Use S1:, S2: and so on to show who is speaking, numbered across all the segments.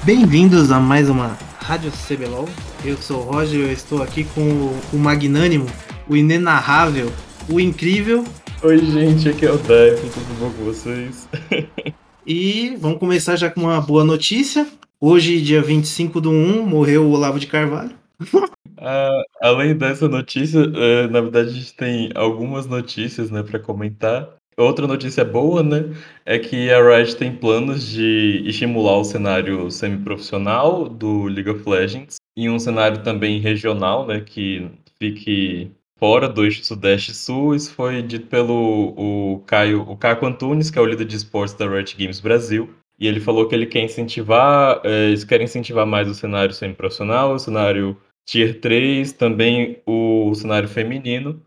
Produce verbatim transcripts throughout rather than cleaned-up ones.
S1: Bem-vindos a mais uma Rádio C B L O L. Eu sou o Roger e eu estou aqui com o, o magnânimo, o inenarrável, o incrível.
S2: Oi, gente, aqui é o Daifa, tudo bom com vocês?
S1: E vamos começar já com uma boa notícia. Hoje, dia vinte e cinco do um, morreu o Olavo de Carvalho.
S2: Ah, além dessa notícia, eh, na verdade a gente tem algumas notícias, né, para comentar. Outra notícia boa, né, é que a Riot tem planos de estimular o cenário semiprofissional do League of Legends em um cenário também regional, né, que fique fora do eixo Sudeste e Sul. Isso foi dito pelo o Caio, o Caio Antunes, que é o líder de esportes da Riot Games Brasil. E ele falou que ele quer incentivar, eh, eles querem incentivar mais o cenário semiprofissional, o cenário Tier três, também o cenário feminino,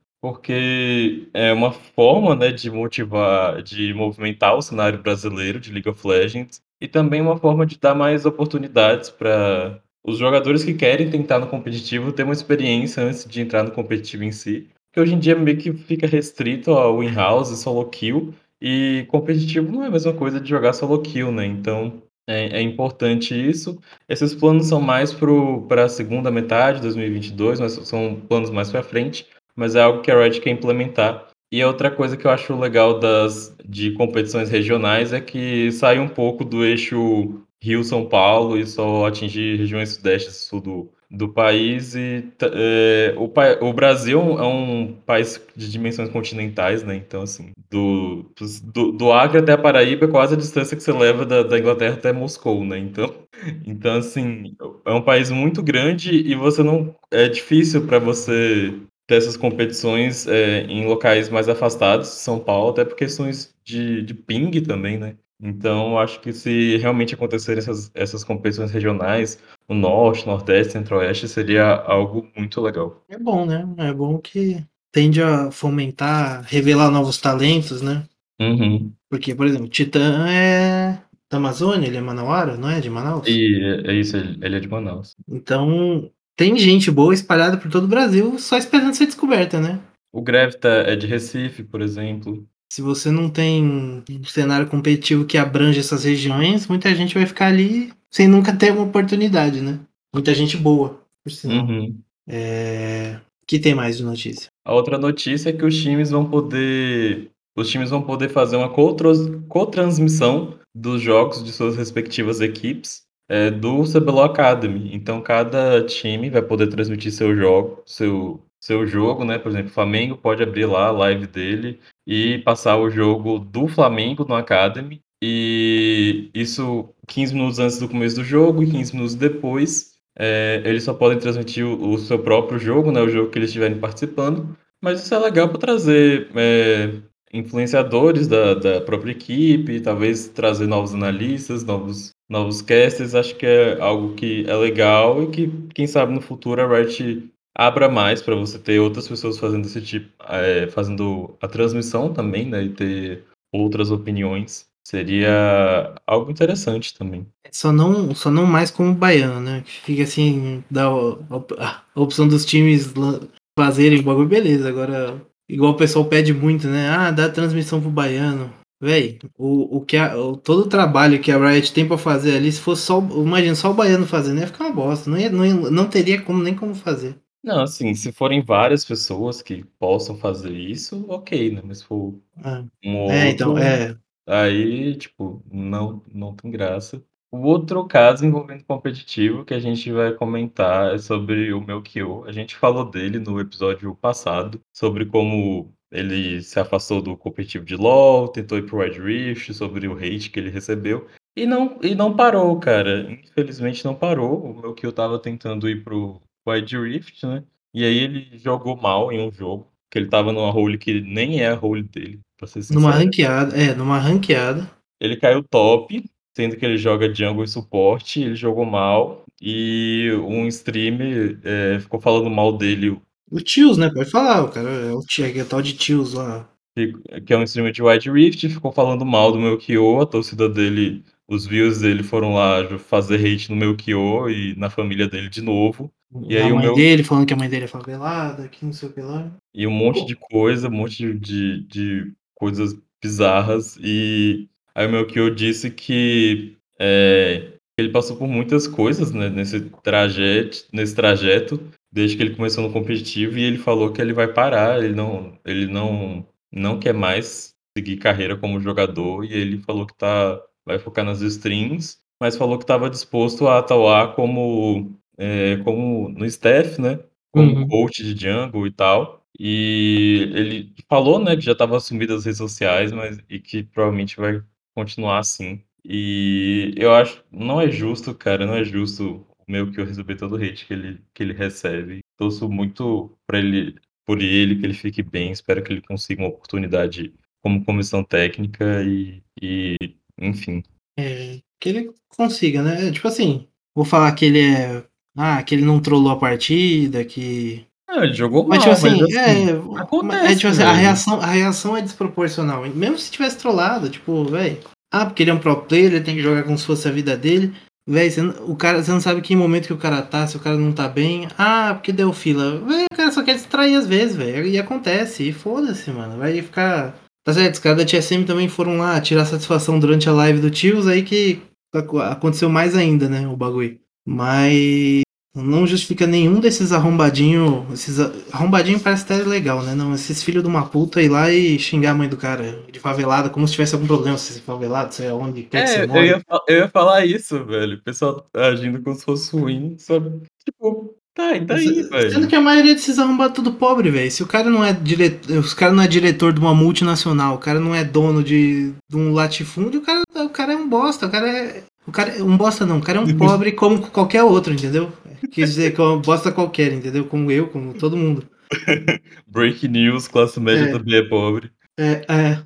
S2: porque é uma forma, né, de motivar, de movimentar o cenário brasileiro de League of Legends e também uma forma de dar mais oportunidades para os jogadores que querem tentar no competitivo ter uma experiência antes de entrar no competitivo em si, porque hoje em dia meio que fica restrito ao in-house, solo kill, e competitivo não é a mesma coisa de jogar solo kill, né? Então é, é importante isso. Esses planos são mais para a segunda metade de dois mil e vinte e dois, mas são planos mais para frente, mas é algo que a Riot quer implementar. E a outra coisa que eu acho legal das de competições regionais é que sai um pouco do eixo Rio-São Paulo e só atingir regiões sudeste e sul do, do país. E t- é, o, pa- o Brasil é um país de dimensões continentais, né? Então, assim, do, do, do Acre até a Paraíba é quase a distância que você leva da, da Inglaterra até Moscou, né? Então, então, assim, é um país muito grande e você não. É difícil para você ter essas competições é, em locais mais afastados de São Paulo, até por questões de, de ping também, né? Então, eu acho que se realmente acontecerem essas, essas competições regionais, no Norte, Nordeste, Centro-Oeste, seria algo muito legal.
S1: É bom, né? É bom que tende a fomentar, revelar novos talentos, né?
S2: Uhum.
S1: Porque, por exemplo, Titã é da Amazônia, ele é manauara, não é? De Manaus?
S2: E é é isso, ele ele é de Manaus.
S1: Então, tem gente boa espalhada por todo o Brasil só esperando ser descoberta, né?
S2: O Grevita é de Recife, por exemplo.
S1: Se você não tem um cenário competitivo que abrange essas regiões, muita gente vai ficar ali sem nunca ter uma oportunidade, né? Muita gente boa, por sinal.
S2: Uhum.
S1: É... que tem mais de notícia?
S2: A outra notícia é que os times vão poder os times vão poder fazer uma cotros cotransmissão dos jogos de suas respectivas equipes, eh, do C B L O L Academy. Então cada time vai poder transmitir seu jogo seu seu jogo, né, por exemplo, o Flamengo pode abrir lá a live dele e passar o jogo do Flamengo no Academy, e isso quinze minutos antes do começo do jogo e quinze minutos depois. Eh, eles só podem transmitir o o seu próprio jogo, né, o jogo que eles estiverem participando, mas isso é legal para trazer, eh, influenciadores da da própria equipe, talvez trazer novos analistas, novos novos casters. Acho que é algo que é legal e que, quem sabe, no futuro a Riot abra mais para você ter outras pessoas fazendo esse tipo eh, fazendo a transmissão também, né, e ter outras opiniões. Seria algo interessante também.
S1: Só não, só não mais como baiano, né? Que fica assim, dá a, op- a opção dos times lan- fazerem o bagulho, beleza. Agora, igual o pessoal pede muito, né? Ah, dá transmissão pro baiano. Véi, o, o que a, o- todo o trabalho que a Riot tem pra fazer ali, se fosse só, o- imagina, só o baiano fazendo, ia ficar uma bosta. Não, ia, não, ia- não teria como, nem como fazer.
S2: Não, assim, se forem várias pessoas que possam fazer isso, ok, né, mas se for
S1: Ah,
S2: um ou
S1: é, então,
S2: outro,
S1: é.
S2: aí, tipo, não não tem graça. O outro caso envolvendo competitivo que a gente vai comentar é sobre o Melchior. A gente falou dele no episódio passado, sobre como ele se afastou do competitivo de LoL, tentou ir para o Wild Rift, sobre o hate que ele recebeu, e não e não parou, cara. Infelizmente não parou. O Melchior estava tentando ir para o Wild Rift, né, e aí ele jogou mal em um jogo, que ele estava numa role que nem é a role dele, pra ser
S1: Numa
S2: sincero.
S1: ranqueada, é, numa ranqueada.
S2: Ele caiu top, sendo que ele joga jungle e suporte, ele jogou mal, e um streamer, eh, ficou falando mal dele,
S1: O Tios, né? Pode falar, o cara é o tio, é o tal de Tios lá.
S2: fico que é um streamer de Wild Rift, ficou falando mal do Melchior. A torcida dele, os views dele foram lá jo fazer hate no Melchior e na família dele de novo, e
S1: Na
S2: aí o
S1: mãe
S2: meu
S1: dele, falando que a mãe dele é favelada, que não sei o que lá.
S2: e um monte de coisa, um monte de de coisas bizarras. E aí o Melchior disse que, eh, Ele passou por muitas coisas, né, nesse trajeto nesse trajeto, desde que ele começou no competitivo e ele falou que ele vai parar, ele não ele não não quer mais seguir carreira como jogador e ele falou que tá vai focar nas streams, mas falou que estava disposto a atuar como, eh, como no staff, né, como
S1: Uhum.
S2: coach de jungle e tal. E ele falou, né, que já estava assumido as redes sociais, mas e que provavelmente vai continuar assim. E eu acho não é justo, cara, não é justo meio que eu receber todo o hate que ele que ele recebe. Torço muito pra ele por ele, que ele fique bem, espero que ele consiga uma oportunidade como comissão técnica e e enfim.
S1: É, que ele consiga, né, tipo assim, vou falar que ele é ah, que ele não trollou a partida, que
S2: Não, ele jogou
S1: mas tipo
S2: mal, mas
S1: assim,
S2: assim,
S1: é, é
S2: acontece,
S1: tipo assim, a
S2: velho.
S1: reação a reação é desproporcional, mesmo se tivesse trollado, tipo, velho, ah, porque ele é um pro player, ele tem que jogar como se fosse a vida dele, velho, você não o cara você não sabe que momento que o cara tá, se o cara não tá bem, ah, porque deu fila, velho, o cara só quer distrair às vezes, velho, e acontece, e foda-se, mano, vai ficar tá certo, os caras da T S M também foram lá tirar satisfação durante a live do Tios, aí que aconteceu mais ainda, né, o bagulho. Mas não justifica nenhum desses arrombadinho, esses a- arrombadinho parece até legal, né? Não, esses filhos de uma puta ir lá e xingar a mãe do cara de favelada, como se tivesse algum problema se você é favelado, sei aonde quer que você
S2: É, eu
S1: more.
S2: ia fa eu ia falar isso, velho, o pessoal tá agindo como se fosse ruim, sabe, tipo, tá, e daí,
S1: Se- Sendo
S2: velho?
S1: que a maioria desses arrombados é tudo pobre, velho. Se o cara não é diretor, os cara não é diretor de uma multinacional, o cara não é dono de, de um latifúndio, o cara, o cara é um bosta, o cara é. O cara é um bosta não, o cara é um pobre como qualquer outro, entendeu? Quis dizer que é um bosta qualquer, entendeu? Como eu, como todo mundo.
S2: Break news, classe média
S1: É,
S2: também é pobre.
S1: é, é.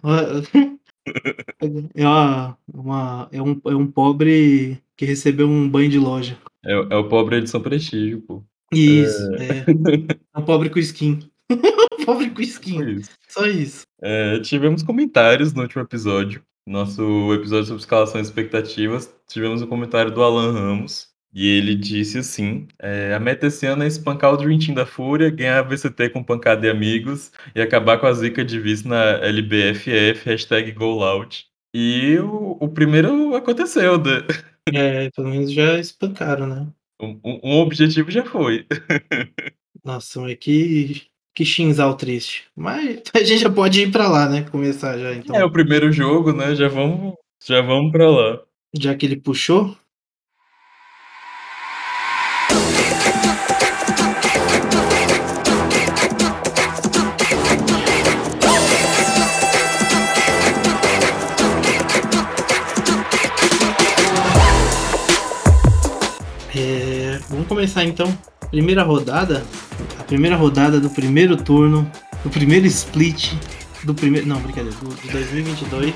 S1: É, uma, uma, é, um, é um pobre que recebeu um banho de loja.
S2: É o é o pobre edição prestígio, pô.
S1: Isso,
S2: É.
S1: é. É um pobre com skin. Pobre com
S2: Tipo
S1: skin.
S2: isso.
S1: Só isso.
S2: Eh, tivemos comentários no último episódio. Nosso episódio sobre escalação e expectativas, tivemos um comentário do Alan Ramos, e ele disse assim: eh, "A meta esse ano é espancar o Dream Team da Fúria, ganhar a V C T com pancada e amigos, e acabar com a zica de vice na L B F F, hashtag GoLoud". E o o primeiro aconteceu, né.
S1: É, pelo menos já espancaram, né?
S2: Um um um objetivo já foi.
S1: Nossa, mas que, que Shinzal triste. Mas a gente já pode ir pra lá, né? Começar já,
S2: É
S1: então.
S2: o primeiro jogo, né, já vamos já vamos pra lá.
S1: Já que ele puxou. É, vamos começar então. Primeira rodada. A primeira rodada do primeiro turno. Do primeiro split. Do primeiro. Não, brincadeira. Do, de dois mil e vinte e dois.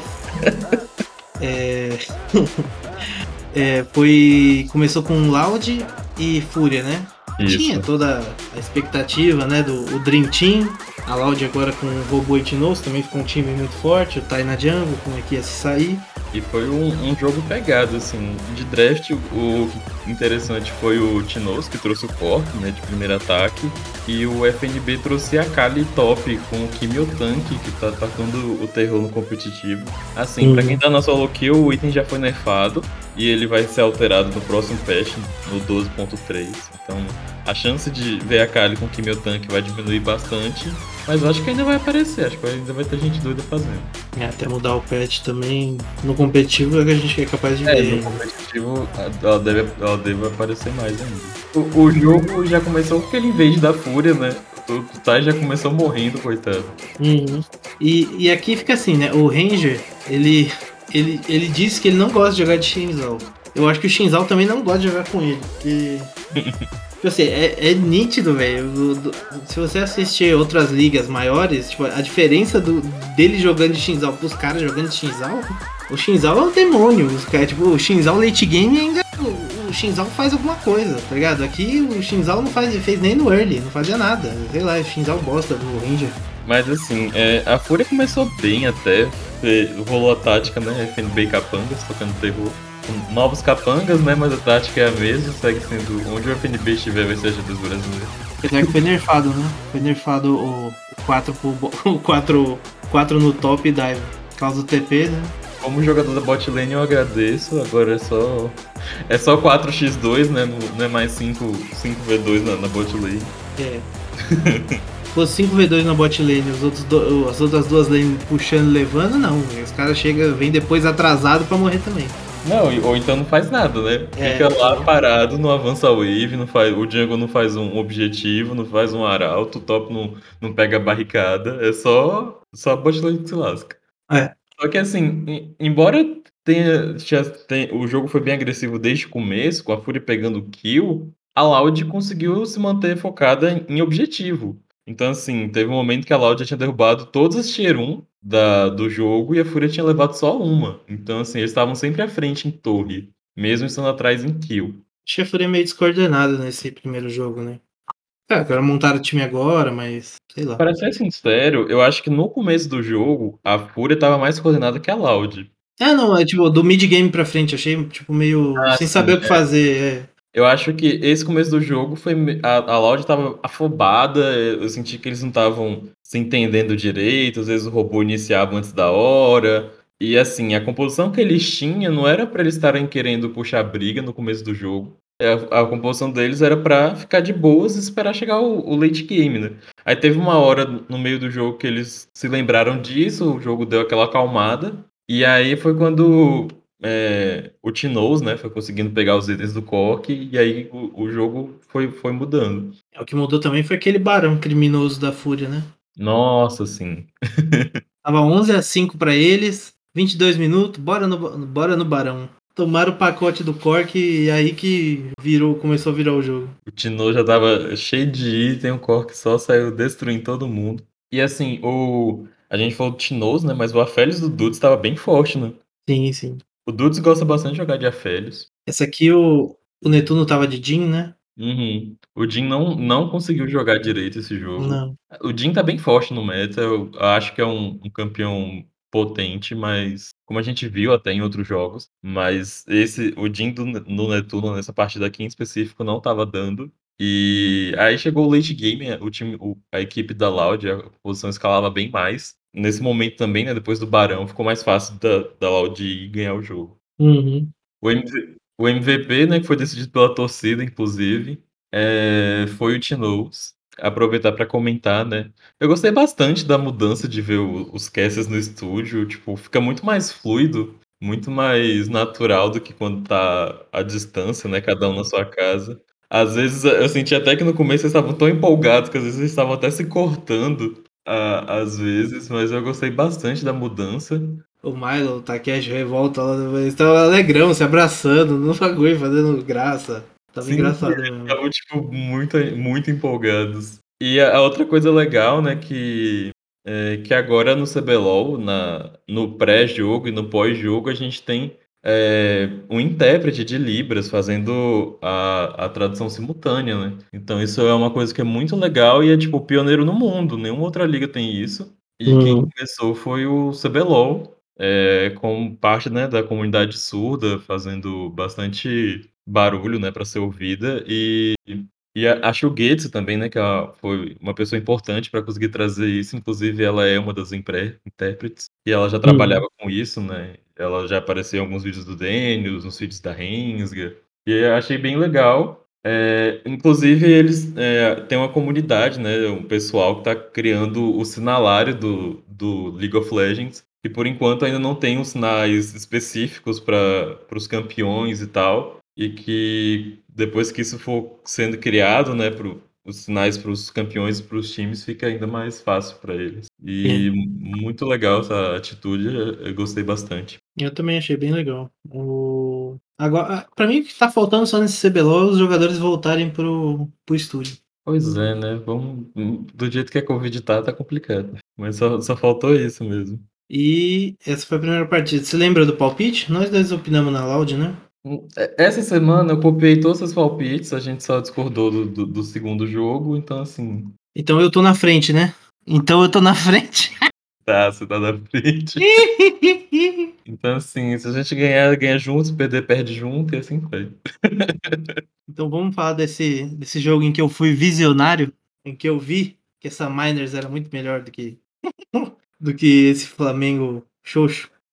S1: É, é, foi. Começou com Loud e Fúria, né? Tinha
S2: Isso.
S1: toda a expectativa, né? Do o Dream Team. A Loud agora com o Robô e Tinoz também ficou um time muito forte. O Tai na Jungle, como é que ia se sair.
S2: E foi um um jogo pegado, assim, de draft, o interessante foi o Tinoz, que trouxe o Cork, né, de primeiro ataque, e o F N B trouxe a Kali top com o Kimi Tank, que tá atacando o terror no competitivo. Assim, pra quem tá na solo kill, o item já foi nerfado, e ele vai ser alterado no próximo patch, no doze ponto três. Então, a chance de ver a Kali com o Kimi Tank vai diminuir bastante, mas eu acho que ainda vai aparecer, acho que ainda vai ter gente doida fazendo.
S1: É, até mudar o patch também. No competitivo é que a gente é capaz de
S2: É,
S1: ver
S2: no
S1: ainda.
S2: competitivo ela deve, ela deve aparecer mais ainda. O, o jogo já começou com aquele invade da Fúria, né? O Tai já começou morrendo, coitado.
S1: Uhum. E, e aqui fica assim, né? O Ranger, ele, ele, ele disse que ele não gosta de jogar de Shinzal. Eu acho que o Shinzal também não gosta de jogar com ele. Porque, tipo assim, é, é nítido, velho. do- do- Se você assistir outras ligas maiores, tipo, a diferença do, dele jogando de Shinzal pros caras jogando de Shinzal, o Shinzal é um demônio. Os caras, tipo, o Shinzal late game ainda. O, o Shinzal faz alguma coisa, tá ligado? Aqui o Shinzal não faz, fez nem no early, não fazia nada. Sei lá, o Shinzal bosta do Ranger.
S2: Mas assim, é, a Fúria começou bem até. fe- Rolou a tática, né? F N B e capangas, tocando terror. Com novos capangas, né? Mas a tática é a mesma, segue sendo onde o F N B estiver vai ser a G dois brasileiro.
S1: Apesar que foi nerfado, né? Foi nerfado o quatro pro, bo- o quatro quatro no top e dive. Por causa do T P, né?
S2: como jogador da bot lane eu agradeço, agora é só é só quatro contra dois, né, não não é mais cinco cinco contra dois na na bot lane.
S1: É. Se fosse cinco contra dois na bot lane, os outros do, as outras duas lanes puxando e levando, não. Os caras chegam, vêm depois atrasado pra morrer também.
S2: Não, ou então não faz nada, né?
S1: É,
S2: Fica lá
S1: então.
S2: parado, não avança a wave, não faz, o jungle não faz um objetivo, não faz um arauto, o top não, não pega a barricada, é só, só a bot lane que se lasca.
S1: É.
S2: Só que assim, em- embora tenha, já tem- o jogo foi bem agressivo desde o começo, com a Fúria pegando kill, a Loud conseguiu se manter focada em, em objetivo. Então, assim, teve um momento que a Loud já tinha derrubado todas as tier um da, do jogo e a Fúria tinha levado só uma. Então, assim, eles estavam sempre à frente em torre, mesmo estando atrás em kill.
S1: Acho que a Fúria é meio descoordenada nesse primeiro jogo, né? É, agora montaram o time agora, mas sei lá.
S2: Para ser sincero, eu acho que no começo do jogo, a Fúria estava mais coordenada que a Loud.
S1: É, não, é tipo, do mid game pra frente, achei, tipo, meio.
S2: Ah,
S1: Sem saber
S2: sim.
S1: o que fazer. É.
S2: Eu acho que esse começo do jogo foi me a a Loud estava afobada, eu senti que eles não estavam se entendendo direito, às vezes o robô iniciava antes da hora, e assim, a composição que eles tinham não era pra eles estarem querendo puxar briga no começo do jogo, eh, a a composição deles era pra ficar de boas e esperar chegar o o late game, né. Aí teve uma hora no meio do jogo que eles se lembraram disso, o jogo deu aquela acalmada, e aí foi quando é, o T-Nose, né, foi conseguindo pegar os itens do Corki, e aí o, o jogo foi, foi mudando.
S1: É, o que mudou também foi aquele barão criminoso da Fúria, né?
S2: Nossa, sim.
S1: Tava onze a cinco pra eles, vinte e dois minutos, bora no, bora no barão. Tomaram o pacote do Cork e aí que virou, começou a virar o jogo.
S2: O Tino já tava cheio de item, o Corki só saiu destruindo todo mundo. E assim, o a gente falou do Tinoz, né, mas o Aphelios do Dudes estava bem forte, né?
S1: Sim, sim.
S2: O Dudes gosta bastante de jogar de Aphelios.
S1: Essa aqui o, o Netuno tava de Jhin, né?
S2: Uhum. O Jhin não, não conseguiu jogar direito esse jogo.
S1: Não.
S2: O Jhin tá bem forte no meta, eu acho que é um, um campeão potente, mas como a gente viu até em outros jogos, mas esse o Jhin do, no Netuno nessa partida aqui em específico não tava dando. E aí chegou o late game, o time, o- a equipe da Loud, a posição escalava bem mais. Nesse momento também, né, depois do Barão, ficou mais fácil da, da Loud ir ganhar o jogo.
S1: Uhum.
S2: O M V o M V P, né, que foi decidido pela torcida, inclusive, eh, foi o T-Nose. Aproveitar para comentar, né. Eu gostei bastante da mudança de ver o os casters no estúdio, tipo, fica muito mais fluido, muito mais natural do que quando tá à distância, né, cada um na sua casa. Às vezes, eu senti até que no começo eles estavam tão empolgados que às vezes eles estavam até se cortando, a às vezes, mas eu gostei bastante da mudança.
S1: O Milo, o Takeshi revolta lá, eles estavam alegrão, se abraçando, no bagulho, fazendo graça. Tava
S2: Sim,
S1: engraçado
S2: eles
S1: mesmo.
S2: estavam, tipo, muito muito empolgados. E a a outra coisa legal, né, que, eh, que agora no C B LOL, na no pré-jogo e no pós-jogo, a gente tem, eh, um intérprete de Libras fazendo a a tradução simultânea, né. Então isso é uma coisa que é muito legal e é, tipo, pioneiro no mundo, nenhuma outra liga tem isso. E quem
S1: Uhum.
S2: começou foi o C B LOL, eh, como parte, né, da comunidade surda, fazendo bastante barulho, né, para ser ouvida. E e a a Shugetsu também, né, que ela foi uma pessoa importante para conseguir trazer isso, inclusive ela é uma das impre intérpretes, e ela já
S1: Uhum.
S2: trabalhava com isso, né, ela já apareceu em alguns vídeos do Denius, nos vídeos da Rensga, e eu achei bem legal. Eh, inclusive eles, eh, têm uma comunidade, né, um pessoal que tá criando o sinalário do do League of Legends, e por enquanto ainda não tem os sinais específicos pra para os campeões e tal, e que depois que isso for sendo criado, né, para os sinais para os campeões e para os times, fica ainda mais fácil para eles.
S1: Sim.
S2: E muito legal essa atitude, eu eu gostei bastante.
S1: Eu também achei bem legal. O... Agora, pra mim, o que tá faltando só nesse C B L O é os jogadores voltarem pro, pro estúdio.
S2: Pois é, né, vamos hum, do jeito que a Covid tá, tá complicado, mas só só faltou isso mesmo.
S1: E essa foi a primeira partida. Você lembra do palpite? Nós dois opinamos na Loud, né?
S2: Hum, e essa semana eu copiei todos os palpites, a gente só discordou do do do segundo jogo, então assim,
S1: Então eu tô na frente, né? Então eu tô na frente.
S2: tá, você tá na frente. Então, assim, se a gente ganhar, ganha junto, se perder, perde junto e assim foi.
S1: Então vamos falar desse, desse jogo em que eu fui visionário, em que eu vi que essa Miners era muito melhor do que, do que esse Flamengo xoxo.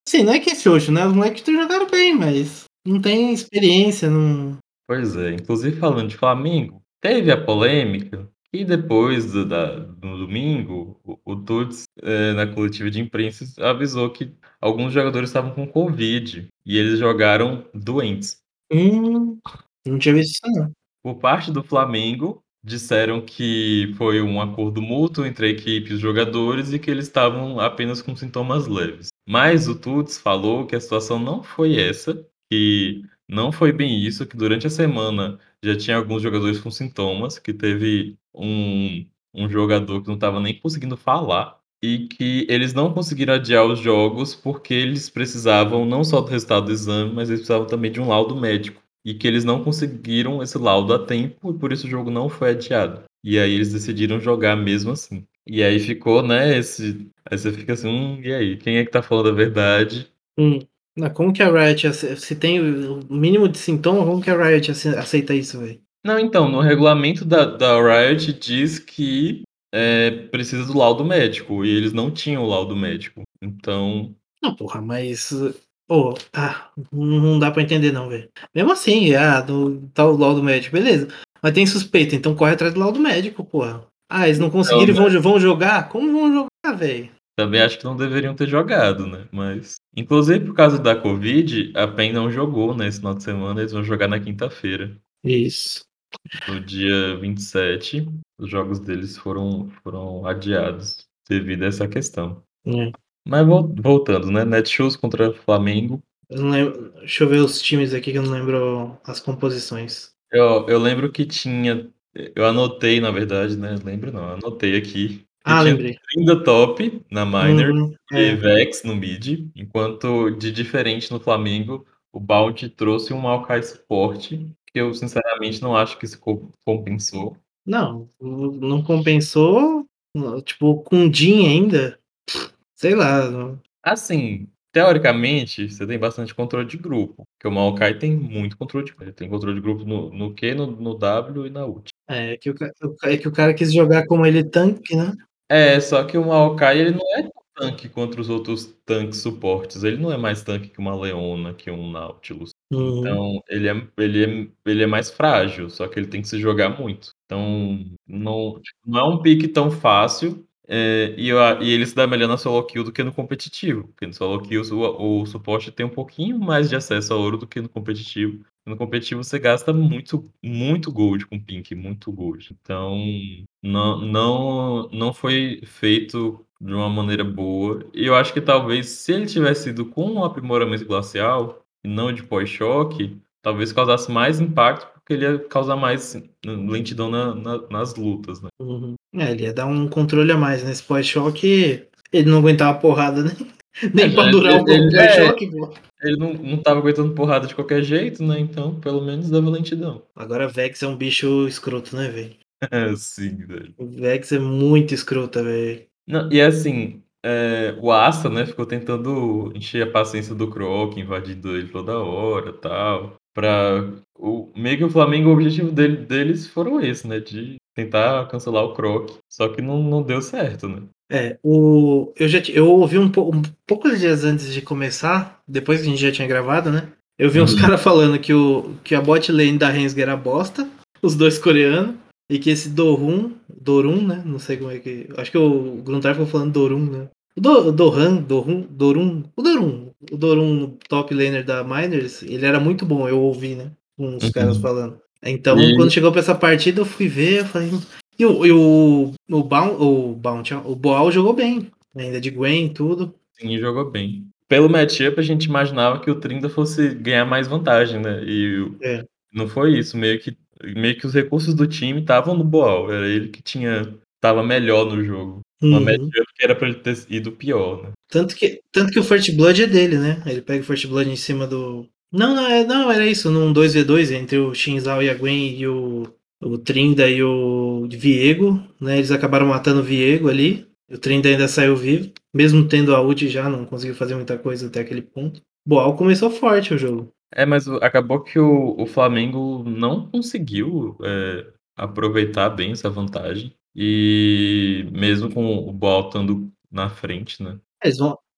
S1: Sim, não é que é xoxo, né, os moleques jogaram bem, mas não tem experiência, não
S2: Pois é, inclusive falando de Flamengo, teve a polêmica e depois do da no domingo, o o Tuts, eh, na coletiva de imprensa avisou que alguns jogadores estavam com covid e eles jogaram doentes.
S1: Hum, não tinha visto isso não.
S2: Por parte do Flamengo, disseram que foi um acordo mútuo entre a equipe e os jogadores e que eles estavam apenas com sintomas leves. Mas o Tuts falou que a situação não foi essa, que não foi bem isso, que durante a semana já tinha alguns jogadores com sintomas, que teve um um jogador que não estava nem conseguindo falar, e que eles não conseguiram adiar os jogos, porque eles precisavam não só do resultado do exame, mas eles precisavam também de um laudo médico. E que eles não conseguiram esse laudo a tempo e por isso o jogo não foi adiado. E aí eles decidiram jogar mesmo assim. E aí ficou, né, esse aí você fica assim: "Hum, e aí, quem é que tá falando a verdade?".
S1: Hum. Não, como que a Riot ace se tem o o mínimo de sintoma, como que a Riot ace aceita isso, velho?
S2: Não, então, no regulamento da da Riot diz que, eh, precisa do laudo médico, e eles não tinham o laudo médico. Então,
S1: Não, porra, mas, pô, ah, não dá pra entender não, velho. Mesmo assim, ah, do tá o laudo médico, beleza. Mas tem suspeita, então corre atrás do laudo médico, porra. Ah, eles não
S2: então,
S1: conseguiram e
S2: né,
S1: vão jo vão jogar? Como vão jogar, velho?
S2: também acho que não deveriam ter jogado, né, mas inclusive por causa da covid, a PEN não jogou, né, esse final de semana, eles vão jogar na quinta-feira.
S1: Isso.
S2: No dia vinte e sete, os jogos deles foram foram adiados devido a essa questão.
S1: É.
S2: Mas vol voltando, né, Netshoes contra Flamengo.
S1: Eu não lembro, deixa eu ver os times aqui que eu não lembro as composições.
S2: Eu eu lembro que tinha eu anotei na verdade, né, lembro não, anotei aqui, que
S1: Ah,
S2: tinha
S1: lembrei.
S2: Trinda top na Miner
S1: Uhum,
S2: e
S1: é.
S2: Vex no mid, enquanto de diferente no Flamengo, o Bounty trouxe um Maokai suporte, que eu sinceramente não acho que isso co compensou.
S1: Não, não compensou, tipo, com Jhin ainda, sei lá, não
S2: Assim, teoricamente, você tem bastante controle de grupo, porque o Maokai tem muito controle de ele tem controle de grupo no no Q, no no W e na ult.
S1: é que o ca o ca é que o cara quis jogar como ele tanque, né.
S2: É, só que o Maokai ele não é tão tanque quanto os outros tanques suportes, ele não é mais tanque que uma Leona, que um Nautilus.
S1: Uhum,
S2: Então ele é ele é ele é mais frágil, só que ele tem que se jogar muito. Então não tipo, não é um pique tão fácil, eh, e eu a e ele se dá melhor na solo kill do que no competitivo, porque no solo kill o o suporte tem um pouquinho mais de acesso a ouro do que no competitivo. No competitivo você gasta muito muito gold com pink, muito gold. Então não não não foi feito de uma maneira boa, e eu acho que talvez se ele tivesse ido com um aprimoramento glacial, e não de pós-choque, talvez causasse mais impacto, porque ele ia causar mais lentidão na na nas lutas, né.
S1: uhum. É, ele ia dar um controle a mais, nesse pós-choque, ele não aguentava porrada nem
S2: É,
S1: nem
S2: já
S1: pra durar o
S2: ele
S1: po
S2: ele é,
S1: pós-choque, pô.
S2: ele não não estava aguentando porrada de qualquer jeito, né, então pelo menos dava lentidão.
S1: Agora Vex é um bicho escroto, né, velho.
S2: Sim, velho.
S1: O Vex é muito escrota, velho.
S2: Não, e assim, eh, o Asta, né, ficou tentando encher a paciência do Croc, invadindo ele toda hora, tal, pra o meio que o Flamengo, o objetivo dele deles foram esse, né, de tentar cancelar o Croc, só que não não deu certo, né.
S1: É, o eu já ti eu ouvi um pou um poucos dias antes de começar, depois que a gente já tinha gravado, né, eu vi uns
S2: Uhum.
S1: caras falando que o que a bot lane da Rensga era bosta, os dois coreanos, e que esse Dorum Dorum, né, não sei como é que acho que o Gruntar ficou falando Dorum, né. O Do Doran, Dorum Dorum, o Dorum, o Dorum top laner da Miners, ele era muito bom, eu ouvi, né, uns caras
S2: Uhum.
S1: falando. Então,
S2: E
S1: quando chegou pra essa partida, eu fui ver, eu falei e o e o o Boun o Bounty, ó, o Boal jogou bem, ainda de Gwen e tudo.
S2: sim, jogou bem. Pelo matchup, a gente imaginava que o Trinda fosse ganhar mais vantagem, né, e o
S1: É.
S2: não foi isso, meio que meio que os recursos do time estavam no Boal, era ele que tinha estava melhor no jogo. Uma
S1: Uhum.
S2: matchup que era pra ele ter ido pior, né.
S1: Tanto que tanto que o First Blood é dele, né, ele pega o First Blood em cima do não, não, é não, era isso, num dois v dois entre o Xin Zhao e a Gwen e o o Trinda e o Viego, né, eles acabaram matando o Viego ali, o Trinda ainda saiu vivo, mesmo tendo a ult já, não conseguiu fazer muita coisa até aquele ponto. Boal começou forte o jogo.
S2: É, mas o acabou que o o Flamengo não conseguiu, eh, aproveitar bem essa vantagem, e mesmo com o Boal estando na frente, né.
S1: Eles vão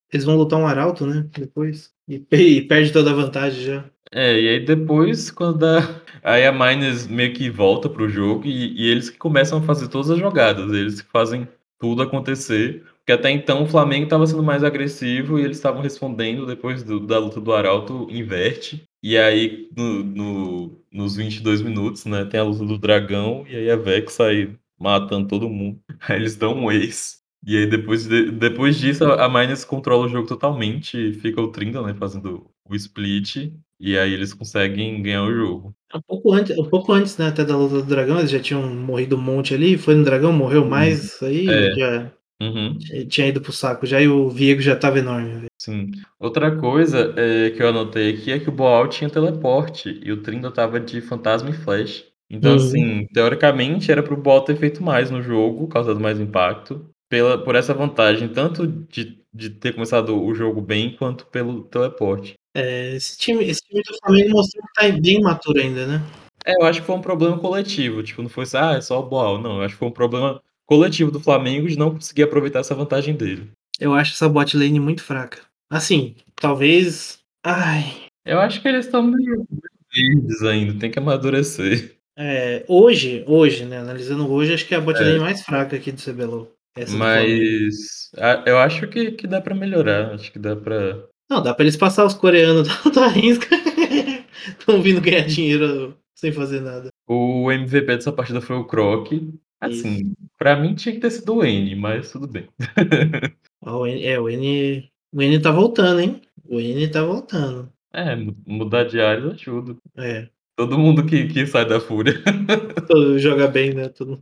S1: Eles vão lutar um arauto, né, depois, e e perde toda a vantagem já.
S2: É, e aí depois quando dá aí a Mainers meio que volta para o jogo e e eles que começam a fazer todas as jogadas, eles que fazem tudo acontecer, porque até então o Flamengo estava sendo mais agressivo e eles estavam respondendo depois do da luta do arauto, inverte, e aí no no nos vinte e dois minutos, né, tem a luta do dragão e aí a Vex sai matando todo mundo, aí eles dão um ace, e aí depois de depois disso a a Mainers controla o jogo totalmente, fica o Trindle, né, fazendo o split, e aí eles conseguem ganhar o jogo.
S1: Um pouco antes um pouco antes, né, até da luta do dragão, eles já tinham morrido um monte ali, foi no dragão, morreu
S2: Uhum.
S1: mais, aí
S2: É.
S1: já
S2: Uhum.
S1: ti tinha ido para o saco já e o Viego já estava enorme, velho.
S2: Sim. Outra coisa, eh, que eu anotei aqui é que o Boal tinha teleporte e o Trindle estava de fantasma e flash. Então,
S1: Uhum.
S2: assim, teoricamente era para o Boal ter feito mais no jogo, causado mais impacto, pela por essa vantagem tanto de de ter começado o jogo bem, quanto pelo teleporte.
S1: É, esse time esse time do Flamengo mostrou que tá bem imaturo ainda, né.
S2: É, eu acho que foi um problema coletivo, tipo, não foi assim: "Ah, é só o Boal", não, eu acho que foi um problema coletivo do Flamengo de não conseguir aproveitar essa vantagem dele.
S1: Eu acho essa bot lane muito fraca. Assim, talvez ai.
S2: Eu acho que eles estão meio meio verdes ainda, tem que amadurecer.
S1: É, hoje hoje, né, analisando hoje, acho que é a bot lane
S2: É.
S1: mais fraca aqui do CBLOL, essa do Flamengo.
S2: Mas, ah, eu acho que que dá pra melhorar, acho que dá pra
S1: Não, dá pra eles passar os coreanos da da risca. Estão vindo ganhar dinheiro sem fazer nada.
S2: O MVP dessa partida foi o Croc.
S1: Isso.
S2: Assim, pra mim tinha que ter sido o N, mas tudo bem.
S1: Ó, o N é, o N o N tá voltando, hein. O N tá voltando.
S2: É, mu mudar de áreas ajuda.
S1: É.
S2: Todo mundo que que sai da fúria.
S1: Todo joga bem, né, todo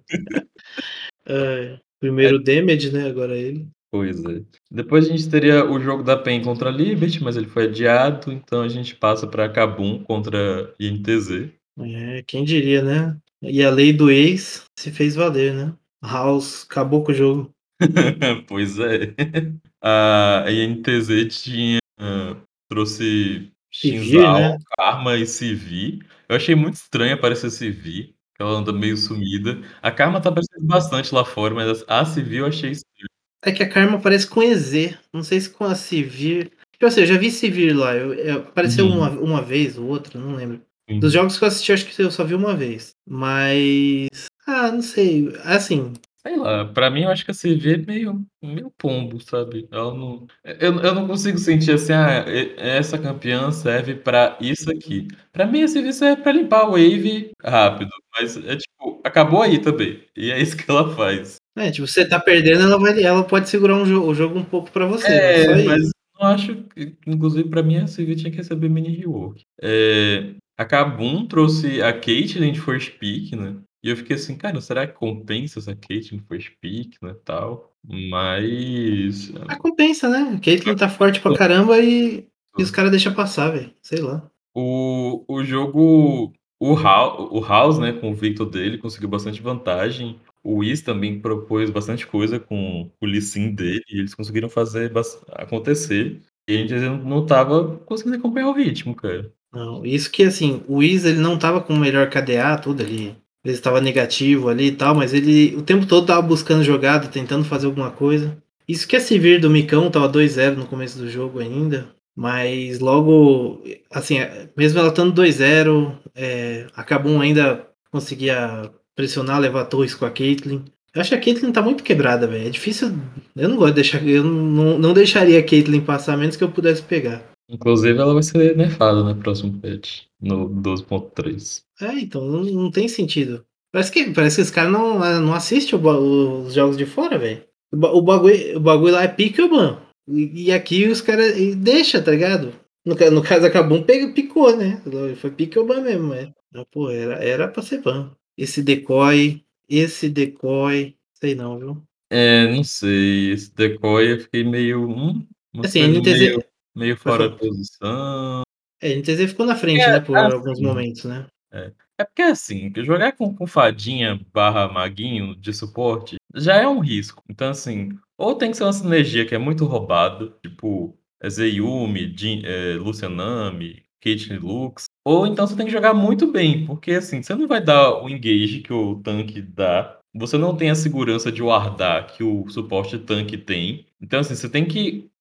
S1: Ai,
S2: É
S1: primeiro damage, né, agora ele.
S2: Pois é. Depois a gente teria o jogo da PEN contra a Liberty, mas ele foi adiado, então a gente passa pra Kabum contra INTZ.
S1: É, quem diria, né. E a lei do ex se fez valer, né. House acabou com o jogo.
S2: Pois é. A INTZ tinha trouxe
S1: Sivir,
S2: Xin-Zhao,
S1: né.
S2: Karma e Sivir. Eu achei muito estranho aparecer Sivir, que ela anda meio sumida. A Karma tá aparecendo bastante lá fora, mas a Sivir eu achei estranho.
S1: É que a Karma aparece com E Z, não sei se com a Sivir tipo assim, eu já vi Sivir lá, eu eu apareceu uma
S2: Uhum.
S1: uma vez ou outra, não lembro. Dos
S2: Uhum.
S1: jogos que eu assisti, acho que eu só vi uma vez, mas, ah, não sei, assim
S2: Sei lá, pra mim eu acho que a Sivir é meio meio pombo, sabe. Ela não eu eu não consigo sentir assim: "Ah, e essa campeã serve pra isso aqui". Pra mim a Sivir serve pra limpar a wave rápido, mas é tipo, acabou aí também, e é isso que ela faz.
S1: É, tipo, você tá perdendo, ela vai ela pode segurar um jo o jogo um pouco pra você, mas
S2: É,
S1: só
S2: mas
S1: isso.
S2: eu acho que inclusive pra mim a Sivir tinha que receber mini rework. Eh, a Kabum trouxe a Caitlyn de first pick, né, e eu fiquei assim: "Cara, será que compensa essa Caitlyn first pick, né, tal", mas
S1: Ah, compensa, né, Caitlyn tá forte pra caramba e e os cara deixa passar, velho, sei lá.
S2: O o jogo o Hau o House, né, com o Victor dele, conseguiu bastante vantagem. O Wiz também propôs bastante coisa com o Lee Sin dele, e eles conseguiram fazer bas acontecer. E a NTZ não estava conseguindo acompanhar o ritmo, cara.
S1: Não, isso que assim, o Wiz ele não estava com o melhor K D A, tudo ali, ele estava negativo ali e tal, mas ele o tempo todo estava buscando jogada, tentando fazer alguma coisa. Isso que a Sivir do Micão estava dois zero no começo do jogo ainda, mas logo, assim, mesmo ela estando dois zero, eh, a Kabum ainda conseguia pressionar, levar torres com a Caitlyn. Eu acho que a Caitlyn tá muito quebrada, velho, é difícil, eu não gosto de deixar eu não não deixaria a Caitlyn passar, a menos que eu pudesse pegar.
S2: Inclusive ela vai ser nerfada no próximo patch, no doze ponto três.
S1: É, então, não não tem sentido. Parece que parece que os cara não não assiste o ba os jogos de fora, velho. O ba o bagulho o bagulho lá é pique ou ban. E e aqui os cara e deixa, tá ligado? No ca no caso a Kabum pega picou, né, foi pique ou ban mesmo, mas mas pô, era era pra ser ban. Esse decoy esse decoy, sei não, viu.
S2: É, não sei, esse decoy eu fiquei meio, hum, umas
S1: Assim, a
S2: coisas meio
S1: NTZ
S2: meio
S1: pode
S2: fora
S1: falar.
S2: de posição.
S1: É, a NTZ ficou na
S2: É,
S1: frente, né, por alguns
S2: assim
S1: momentos, né.
S2: É. É porque assim, que jogar com com fadinha barra maguinho de suporte já é um risco. Então assim, ou tem que ser uma sinergia que é muito roubada, tipo, eh, Zeyumi, Jhin eh, Lucianami, Caitlyn, Lux, ou então você tem que jogar muito bem, porque assim, você não vai dar o engage que o tanque dá, você não tem a segurança de wardar que o suporte tanque tem. Então assim, você tem que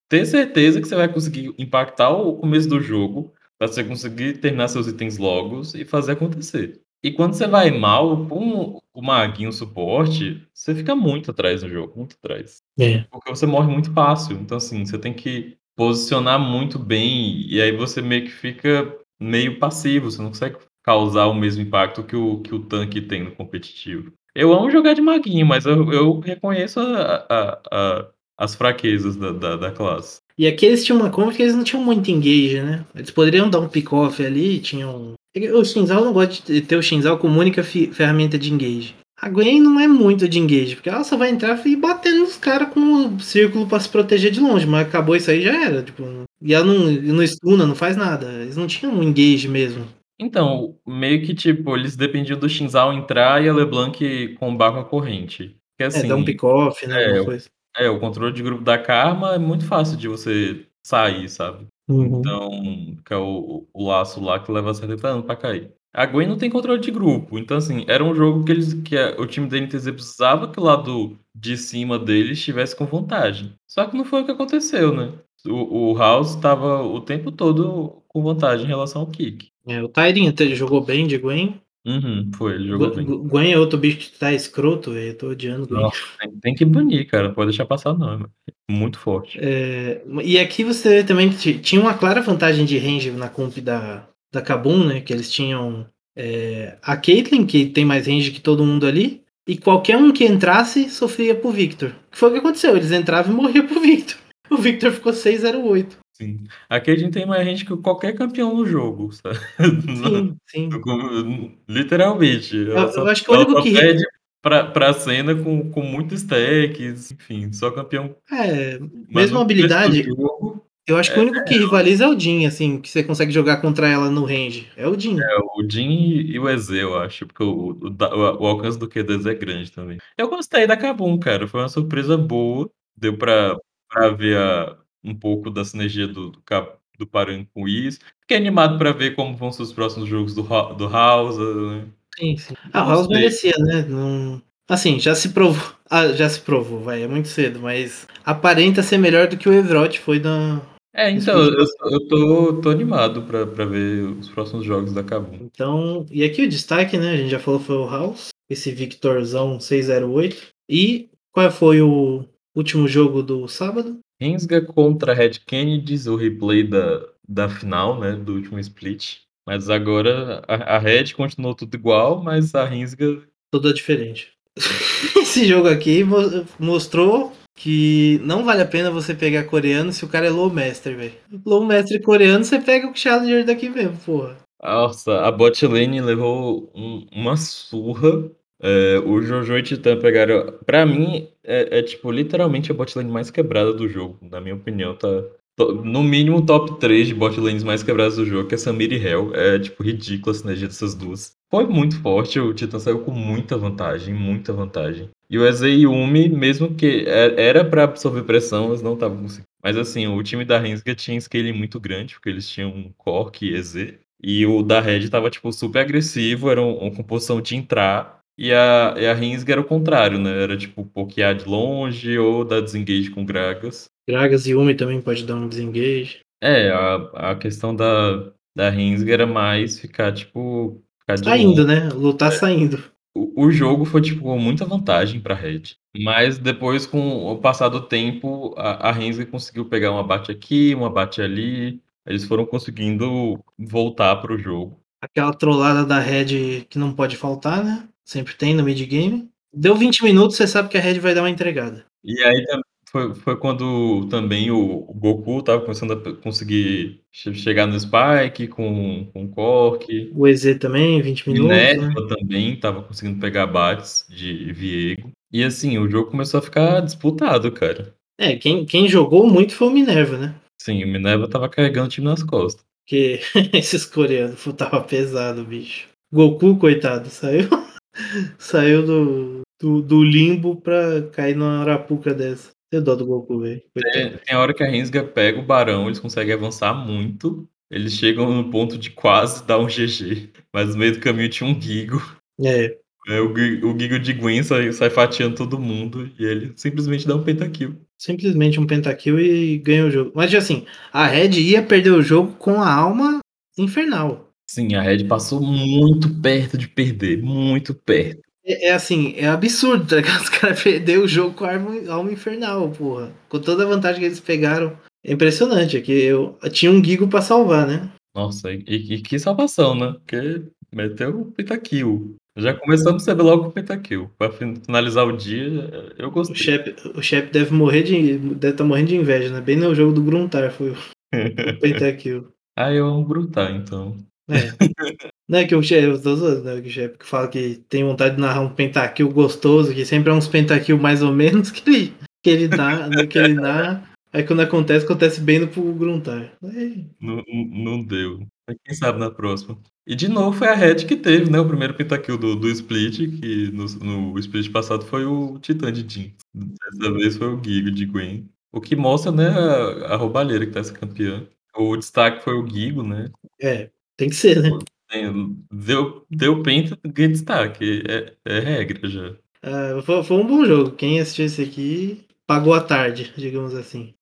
S2: ter certeza que você vai conseguir impactar o começo do jogo, pra você conseguir terminar seus itens logos e fazer acontecer. E quando você vai mal, com o maguinho suporte, você fica muito atrás no jogo, muito atrás.
S1: É.
S2: Porque você morre muito fácil, então assim, você tem que posicionar muito bem, e aí você meio que fica meio passivo, você não consegue causar o mesmo impacto que o que o tanque tem no competitivo. Eu amo jogar de maguinho, mas eu eu reconheço a a a as fraquezas da da da classe.
S1: E aqui eles tinham uma combo que eles não tinham muito engage, né. Eles poderiam dar um pick-off ali, tinham o Xin Zhao eu não gosto de ter o Xin Zhao como única fi ferramenta de engage. A Gwen não é muito de engage, porque ela só vai entrar e batendo nos cara com o círculo pra se proteger de longe, mas acabou isso aí já era, tipo, e ela não não stuna, não faz nada, eles não tinham um engage mesmo.
S2: Então, meio que tipo, eles dependiam do Xin Zhao entrar e a LeBlanc combar com a corrente. Porque
S1: É, dar um
S2: assim
S1: pick-off, né, alguma
S2: é,
S1: coisa.
S2: é, o controle de grupo da Karma é muito fácil de você sair, sabe.
S1: Uhum.
S2: Então, que é o o laço lá que leva setenta anos pra cair. A Gwen não tem controle de grupo, então assim, era um jogo que eles que a o time da N T Z precisava que o lado de cima deles estivesse com vantagem. Só que não foi o que aconteceu, né. O o House estava o tempo todo com vantagem em relação ao Kick.
S1: É, o Tyrion até jogou bem de Gwen.
S2: Uhum, foi, ele
S1: Gu
S2: jogou bem.
S1: Gu Gwen é outro bicho que tá escroto, velho, eu tô odiando Gwen.
S2: Nossa, tem tem que banir, cara, não pode deixar passar não, é muito forte.
S1: Eh, e aqui você vê também que ti tinha uma clara vantagem de range na comp da da Kabum, né, que eles tinham, eh, a Caitlyn, que tem mais range que todo mundo ali, e qualquer um que entrasse sofria pro Victor. Que foi o que aconteceu, eles entravam e morria pro Victor. O Victor ficou seis zero oito.
S2: Sim. Aqui a gente tem mais range que qualquer campeão no jogo, sabe.
S1: Sim, sim.
S2: Literalmente,
S1: Eu
S2: ela só
S1: eu acho que o
S2: ela
S1: único
S2: só
S1: que re
S2: perde pra pra cena com com muito stacks, enfim, só campeão
S1: é,
S2: mas
S1: mesmo
S2: no começo do
S1: habilidade,
S2: jogo
S1: eu acho que
S2: é
S1: o único que
S2: ela.
S1: rivaliza é o Jhin, assim, que você consegue jogar contra ela no range, é o Jhin.
S2: É, o Jhin e o E Z eu acho, porque o o da o o alcance do Q do E Z é grande também. Eu gostei da Kabum, cara, foi uma surpresa boa, deu pra pra ver a um pouco da sinergia do do Ca do Paran com isso. Fiquei animado pra ver como vão ser os próximos jogos do Ho do House, né.
S1: Sim, sim. Ah, o House
S2: Gostei.
S1: merecia, né, não assim, já se provou ah, já se provou, vai, é muito cedo, mas aparenta ser melhor do que o Evrote foi na
S2: É,
S1: nesse
S2: então,
S1: último
S2: eu tô eu tô tô animado pra pra ver os próximos jogos da Kabum.
S1: Então, e aqui o destaque, né, a gente já falou foi o House, esse Victorzão seis zero oito. E qual foi o último jogo do sábado?
S2: Rensga contra Red Kennedys, o replay da da final, né, do último split, mas agora a a Red continuou tudo igual, mas a Rensga
S1: Toda diferente. Esse jogo aqui mo mostrou que não vale a pena você pegar coreano se o cara é low master, velho. Low master coreano, você pega o challenger daqui mesmo, porra.
S2: nossa, a bot lane levou um uma surra, eh, o Jojo e Titã pegaram pra mim, é é tipo literalmente a bot lane mais quebrada do jogo, na minha opinião, tá to no mínimo top três de bot lanes mais quebradas do jogo, que é Samira e Hell, é tipo ridícula a sinergia dessas duas. Foi muito forte, o Titã saiu com muita vantagem, muita vantagem. E o E Z e Yumi, mesmo que e era pra absorver pressão, eles não estavam conseguindo. Mas assim, o time da Rensga tinha scaling muito grande, porque eles tinham um Corki e E Z, e o da Red estava, tipo, super agressivo, era um uma composição de entrar, e a e a Rensga era o contrário, né, era tipo pokear de longe ou dar desengage com Gragas.
S1: Gragas e Yumi também pode dar um desengage.
S2: É, a a questão da da Rensga era mais ficar, tipo, ficar de longe.
S1: Saindo, né, lutar saindo.
S2: O o jogo foi, tipo, muita vantagem pra Red, mas depois com o passar do tempo, a a Rensga conseguiu pegar um abate aqui, um abate ali, eles foram conseguindo voltar para o jogo.
S1: Aquela trollada da Red que não pode faltar, né, sempre tem no mid game. Deu vinte minutos, você sabe que a Red vai dar uma entregada.
S2: E aí tam foi foi quando também o o Goku estava começando a p conseguir che chegar no Spike com com o Corki.
S1: O E Z também, vinte minutos, né.
S2: Minerva também estava conseguindo pegar abates de Viego. E assim, o jogo começou a ficar disputado, cara.
S1: É, quem quem jogou muito foi o Minerva, né,
S2: Sim, o Minerva estava carregando o time nas costas.
S1: porque esses coreanos, fu estava pesado bicho. Goku coitado, saiu saiu do do do limbo pra cair numa arapuca dessa. Tenho dó do Goku, velho, coitado.
S2: Tem tem hora que a Rensga pega o Barão, eles conseguem avançar muito, eles chegam no ponto de quase dar um G G, mas no meio do caminho tinha um Gigo.
S1: É.
S2: É, o Gi o Gigo de Gwen sai sai fatiando todo mundo e ele simplesmente dá um pentakill.
S1: simplesmente um pentakill e ganha o jogo. Mas assim, a Red ia perder o jogo com a alma infernal.
S2: Sim, a Red passou muito perto de perder, muito perto.
S1: É, é assim, é absurdo, tá ligado? Os caras perderam o jogo com a alma, alma infernal, porra. Com toda a vantagem que eles pegaram. É impressionante, é que eu tinha um Gigo pra salvar, né?
S2: Nossa, e, e que salvação, né? Porque meteu o pentakill. Já começamos a saber logo com o pentakill. Pra finalizar o dia, eu
S1: O
S2: gostei.
S1: Shep, o Shep deve morrer de. Deve tá morrendo de inveja, né? Bem no jogo do Gruntar foi o, o pentakill.
S2: Ah, eu amo Brutar, então.
S1: É. Não é que o Shep, eu tô zoando, né? Que o Shep que fala que tem vontade de narrar um pentakill gostoso, que sempre é uns pentakill mais ou menos que ele, que ele dá, né, que ele narra. Aí quando acontece, acontece bem no pro Gruntar. Aí,
S2: Não, não, não deu. Mas quem sabe na próxima. E de novo foi a Red que teve, né? O primeiro pentakill do, do Split, que no, no Split passado foi o Titã de Jinx. Dessa vez foi o Gigo de Gwen. O que mostra, né, a, a roubalheira que tá essa campeã. O destaque foi o Gigo, né?
S1: é, tem que ser, né?
S2: Tem- Deu, deu penta, ganha destaque. É, é regra já.
S1: Ah, foi, foi um bom jogo. Quem assistiu esse aqui pagou a tarde, digamos assim.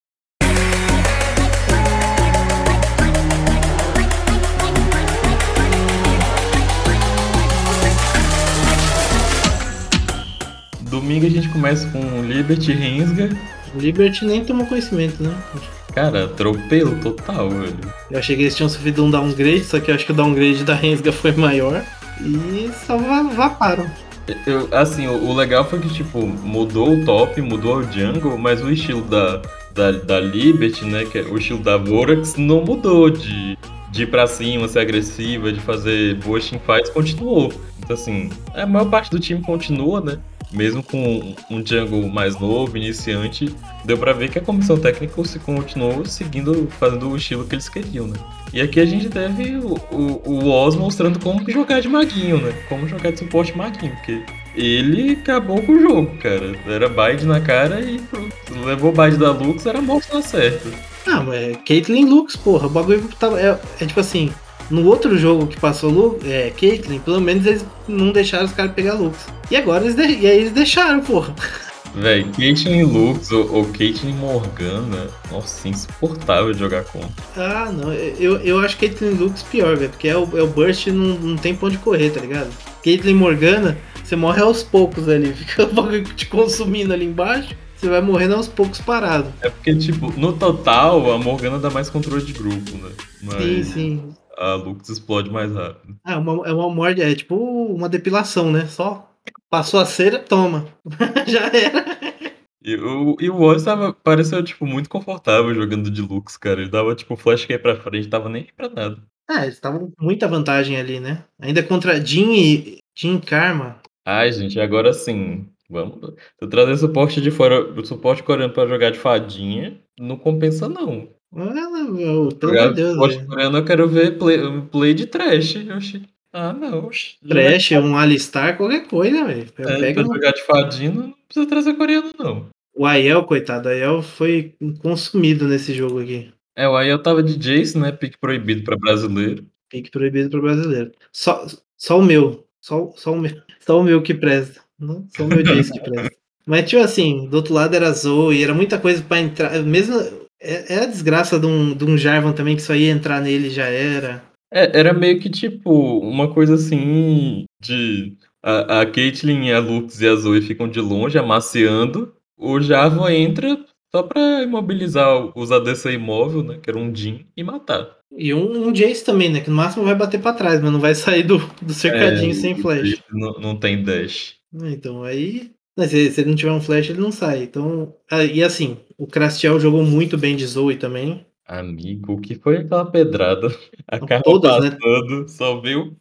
S2: Domingo a gente começa com Liberty Rensga.
S1: O Liberty nem tomou conhecimento, né?
S2: Cara, atropelo total, velho.
S1: Eu achei que eles tinham sofrido um downgrade, só que eu acho que o downgrade da Rensga foi maior. E só va- vaparam.
S2: Eu, assim, o, o legal foi que, tipo, mudou o top, mudou o jungle, mas o estilo da, da, da Liberty, né, que é o estilo da Vorax, não mudou de, de ir pra cima, ser agressiva, de fazer boas teamfights, continuou. Então, assim, a maior parte do time continua, né, mesmo com um jungle mais novo, iniciante, deu pra ver que a comissão técnica se continuou seguindo, fazendo o estilo que eles queriam, né. E aqui a gente teve o, o, o Oz mostrando como jogar de maguinho, né? Como jogar de suporte maguinho, porque ele acabou com o jogo, cara. Era bide na cara e pronto. Levou bide da Lux, era morto na certa.
S1: Ah, mas Caitlyn Lux, porra. O bagulho tava. É, é tipo assim. No outro jogo que passou Lu, é, Caitlyn, pelo menos eles não deixaram os caras pegar Lux. E agora eles, de, e aí eles deixaram, porra.
S2: Véi, Caitlyn Lux ou, ou Caitlyn Morgana, nossa, insuportável de jogar contra.
S1: Ah, não. Eu, eu acho Caitlyn Lux pior, velho. Porque é o, é o Burst e não, não tem pra onde correr, tá ligado? Caitlyn Morgana, você morre aos poucos ali. Fica o bagulho te consumindo ali embaixo. Você vai morrendo aos poucos parado.
S2: É porque, tipo, no total, a Morgana dá mais controle de grupo, né?
S1: Sim,
S2: Mas
S1: sim.
S2: a Lux explode mais rápido.
S1: Ah, uma, é uma morde, é tipo uma depilação, né? Só passou a cera, toma. Já era.
S2: E o, e o Oz tava, pareceu, tipo, muito confortável jogando de Lux, cara. Ele dava, tipo, flash que ia pra frente, tava nem aí pra nada.
S1: Ah, eles estavam com muita vantagem ali, né? Ainda contra Jin e Jin Karma.
S2: Ai, gente, agora sim. Vamos. Se eu trazer suporte de fora, o suporte coreano pra jogar de fadinha, não compensa, não.
S1: Ah, meu, pelo amor
S2: Jogar
S1: de
S2: de
S1: Deus,
S2: suporte
S1: velho.
S2: coreano, eu quero ver play, play de trash. Oxi. Ah, não. Oxi. Jogar de
S1: Trash, um Alistar, qualquer coisa, velho.
S2: é,
S1: Pega
S2: pra
S1: um.
S2: jogar de fadinha, não precisa trazer coreano, não.
S1: O Aiel, coitado, o Aiel foi consumido nesse jogo aqui.
S2: É, o aí eu tava de Jace, né? Pique proibido pra brasileiro.
S1: Pique proibido pro brasileiro. Só, só o meu. Só, só, o meu. Só o meu que presta. Não, só o meu Jace que presta. Mas, tipo assim, do outro lado era Zoe, era muita coisa pra entrar. Mesmo. É, é a desgraça de um, de um Jarvan também, que só ia entrar nele e já era.
S2: É, era meio que tipo uma coisa assim de a, a Caitlyn e a Lux e a Zoe ficam de longe amaciando, o Jarvan entra só pra imobilizar os A D C imóvel, né, que era um Jhin, e matar.
S1: E um, um Jace também, né? Que no máximo vai bater pra trás, mas não vai sair do, do
S2: É,
S1: cercadinho sem
S2: o Jace
S1: flash.
S2: não, não tem dash.
S1: Então, aí. Mas se, se ele não tiver um flash, ele não sai. Então. ah, E assim, o Crastiel jogou muito bem de Zoe também.
S2: Amigo, o que foi aquela pedrada? A
S1: Então,
S2: Karma
S1: todas, né?
S2: passando, só veio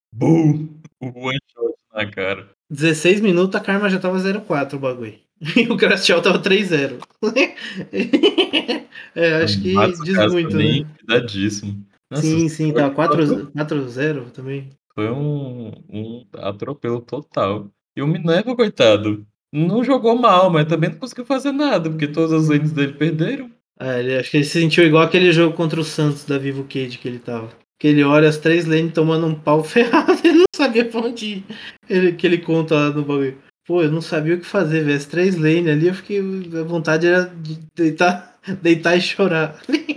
S2: BUM! O one shot na cara.
S1: dezesseis minutos, a Karma já tava zero quatro o bagulho. E o Crastiel tava três zero. É,
S2: O
S1: acho que diz
S2: Matsukaze
S1: muito,
S2: também,
S1: né?
S2: cuidadíssimo. Nossa,
S1: Sim, sim,
S2: foi
S1: tava quatro quatro zero também.
S2: Foi um, um atropelo total. E o Minerva, coitado, não jogou mal, mas também não conseguiu fazer nada, porque todas as lanes dele perderam.
S1: Ah, ele, acho que ele se sentiu igual aquele jogo contra o Santos da Vivo Cage que ele tava. Que ele olha as três lanes tomando um pau ferrado, ele não sabia pra onde ir. Ele, que ele conta lá no bagulho. Pô, eu não sabia o que fazer, velho. As três lane ali, eu fiquei. A vontade era de deitar, deitar e chorar.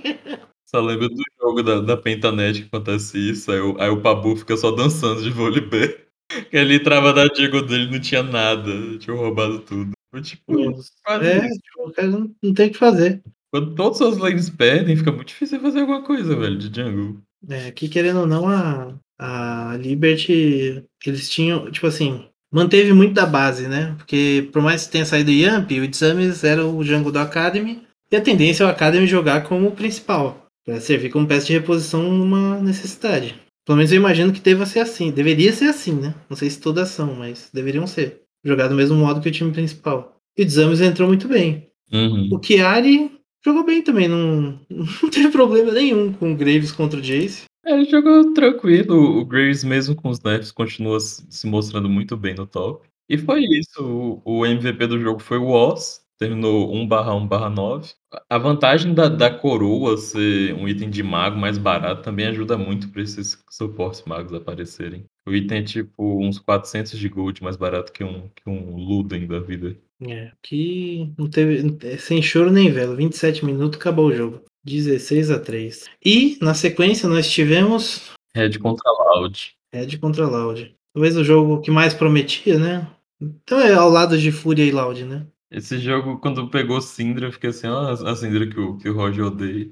S2: Só lembro do jogo da da Pentanet que acontece isso, aí o aí o Pabu fica só dançando de Volibear. Que ele entrava na jungle dele não tinha nada, tinham roubado tudo. Foi tipo isso,
S1: Nossa.
S2: quase
S1: É,
S2: isso.
S1: tipo, o cara não não tem o que fazer.
S2: Quando todas as suas lanes perdem, fica muito difícil fazer alguma coisa, velho, de jungle.
S1: É, que querendo ou não, a, a Liberty, eles tinham, tipo assim, manteve muito da base, né? Porque por mais que tenha saído o Yamp, o Itzamis era o jungle do Academy, e a tendência é o Academy jogar como o principal, para servir como peça de reposição numa necessidade. Pelo menos eu imagino que deva ser assim, deveria ser assim, né? Não sei se todas são, mas deveriam ser. Jogar do mesmo modo que o time principal. E o Itzamis entrou muito bem. O
S2: Uhum.
S1: Chiari jogou bem também, não, não teve problema nenhum com o Graves contra o Jace.
S2: É, ele jogou tranquilo, o Graves mesmo com os nerfs continua se se mostrando muito bem no top. E foi isso, o o M V P do jogo foi o Oz, terminou um barra um barra nove. A a vantagem da da coroa ser um item de mago mais barato também ajuda muito pra esses suportes magos aparecerem. O item é tipo uns quatrocentos de gold mais barato que um que um Luden da vida.
S1: É, que não teve. é, Sem choro nem vela. vinte e sete minutos, acabou o jogo. dezesseis a três. E, na sequência, nós tivemos
S2: Red contra Loud.
S1: Red contra Loud. Talvez o jogo que mais prometia, né? Então é ao lado de Fúria e Loud, né?
S2: Esse jogo, quando pegou Syndra, eu fiquei assim: "Ó, a Syndra que o que o Roger odeia".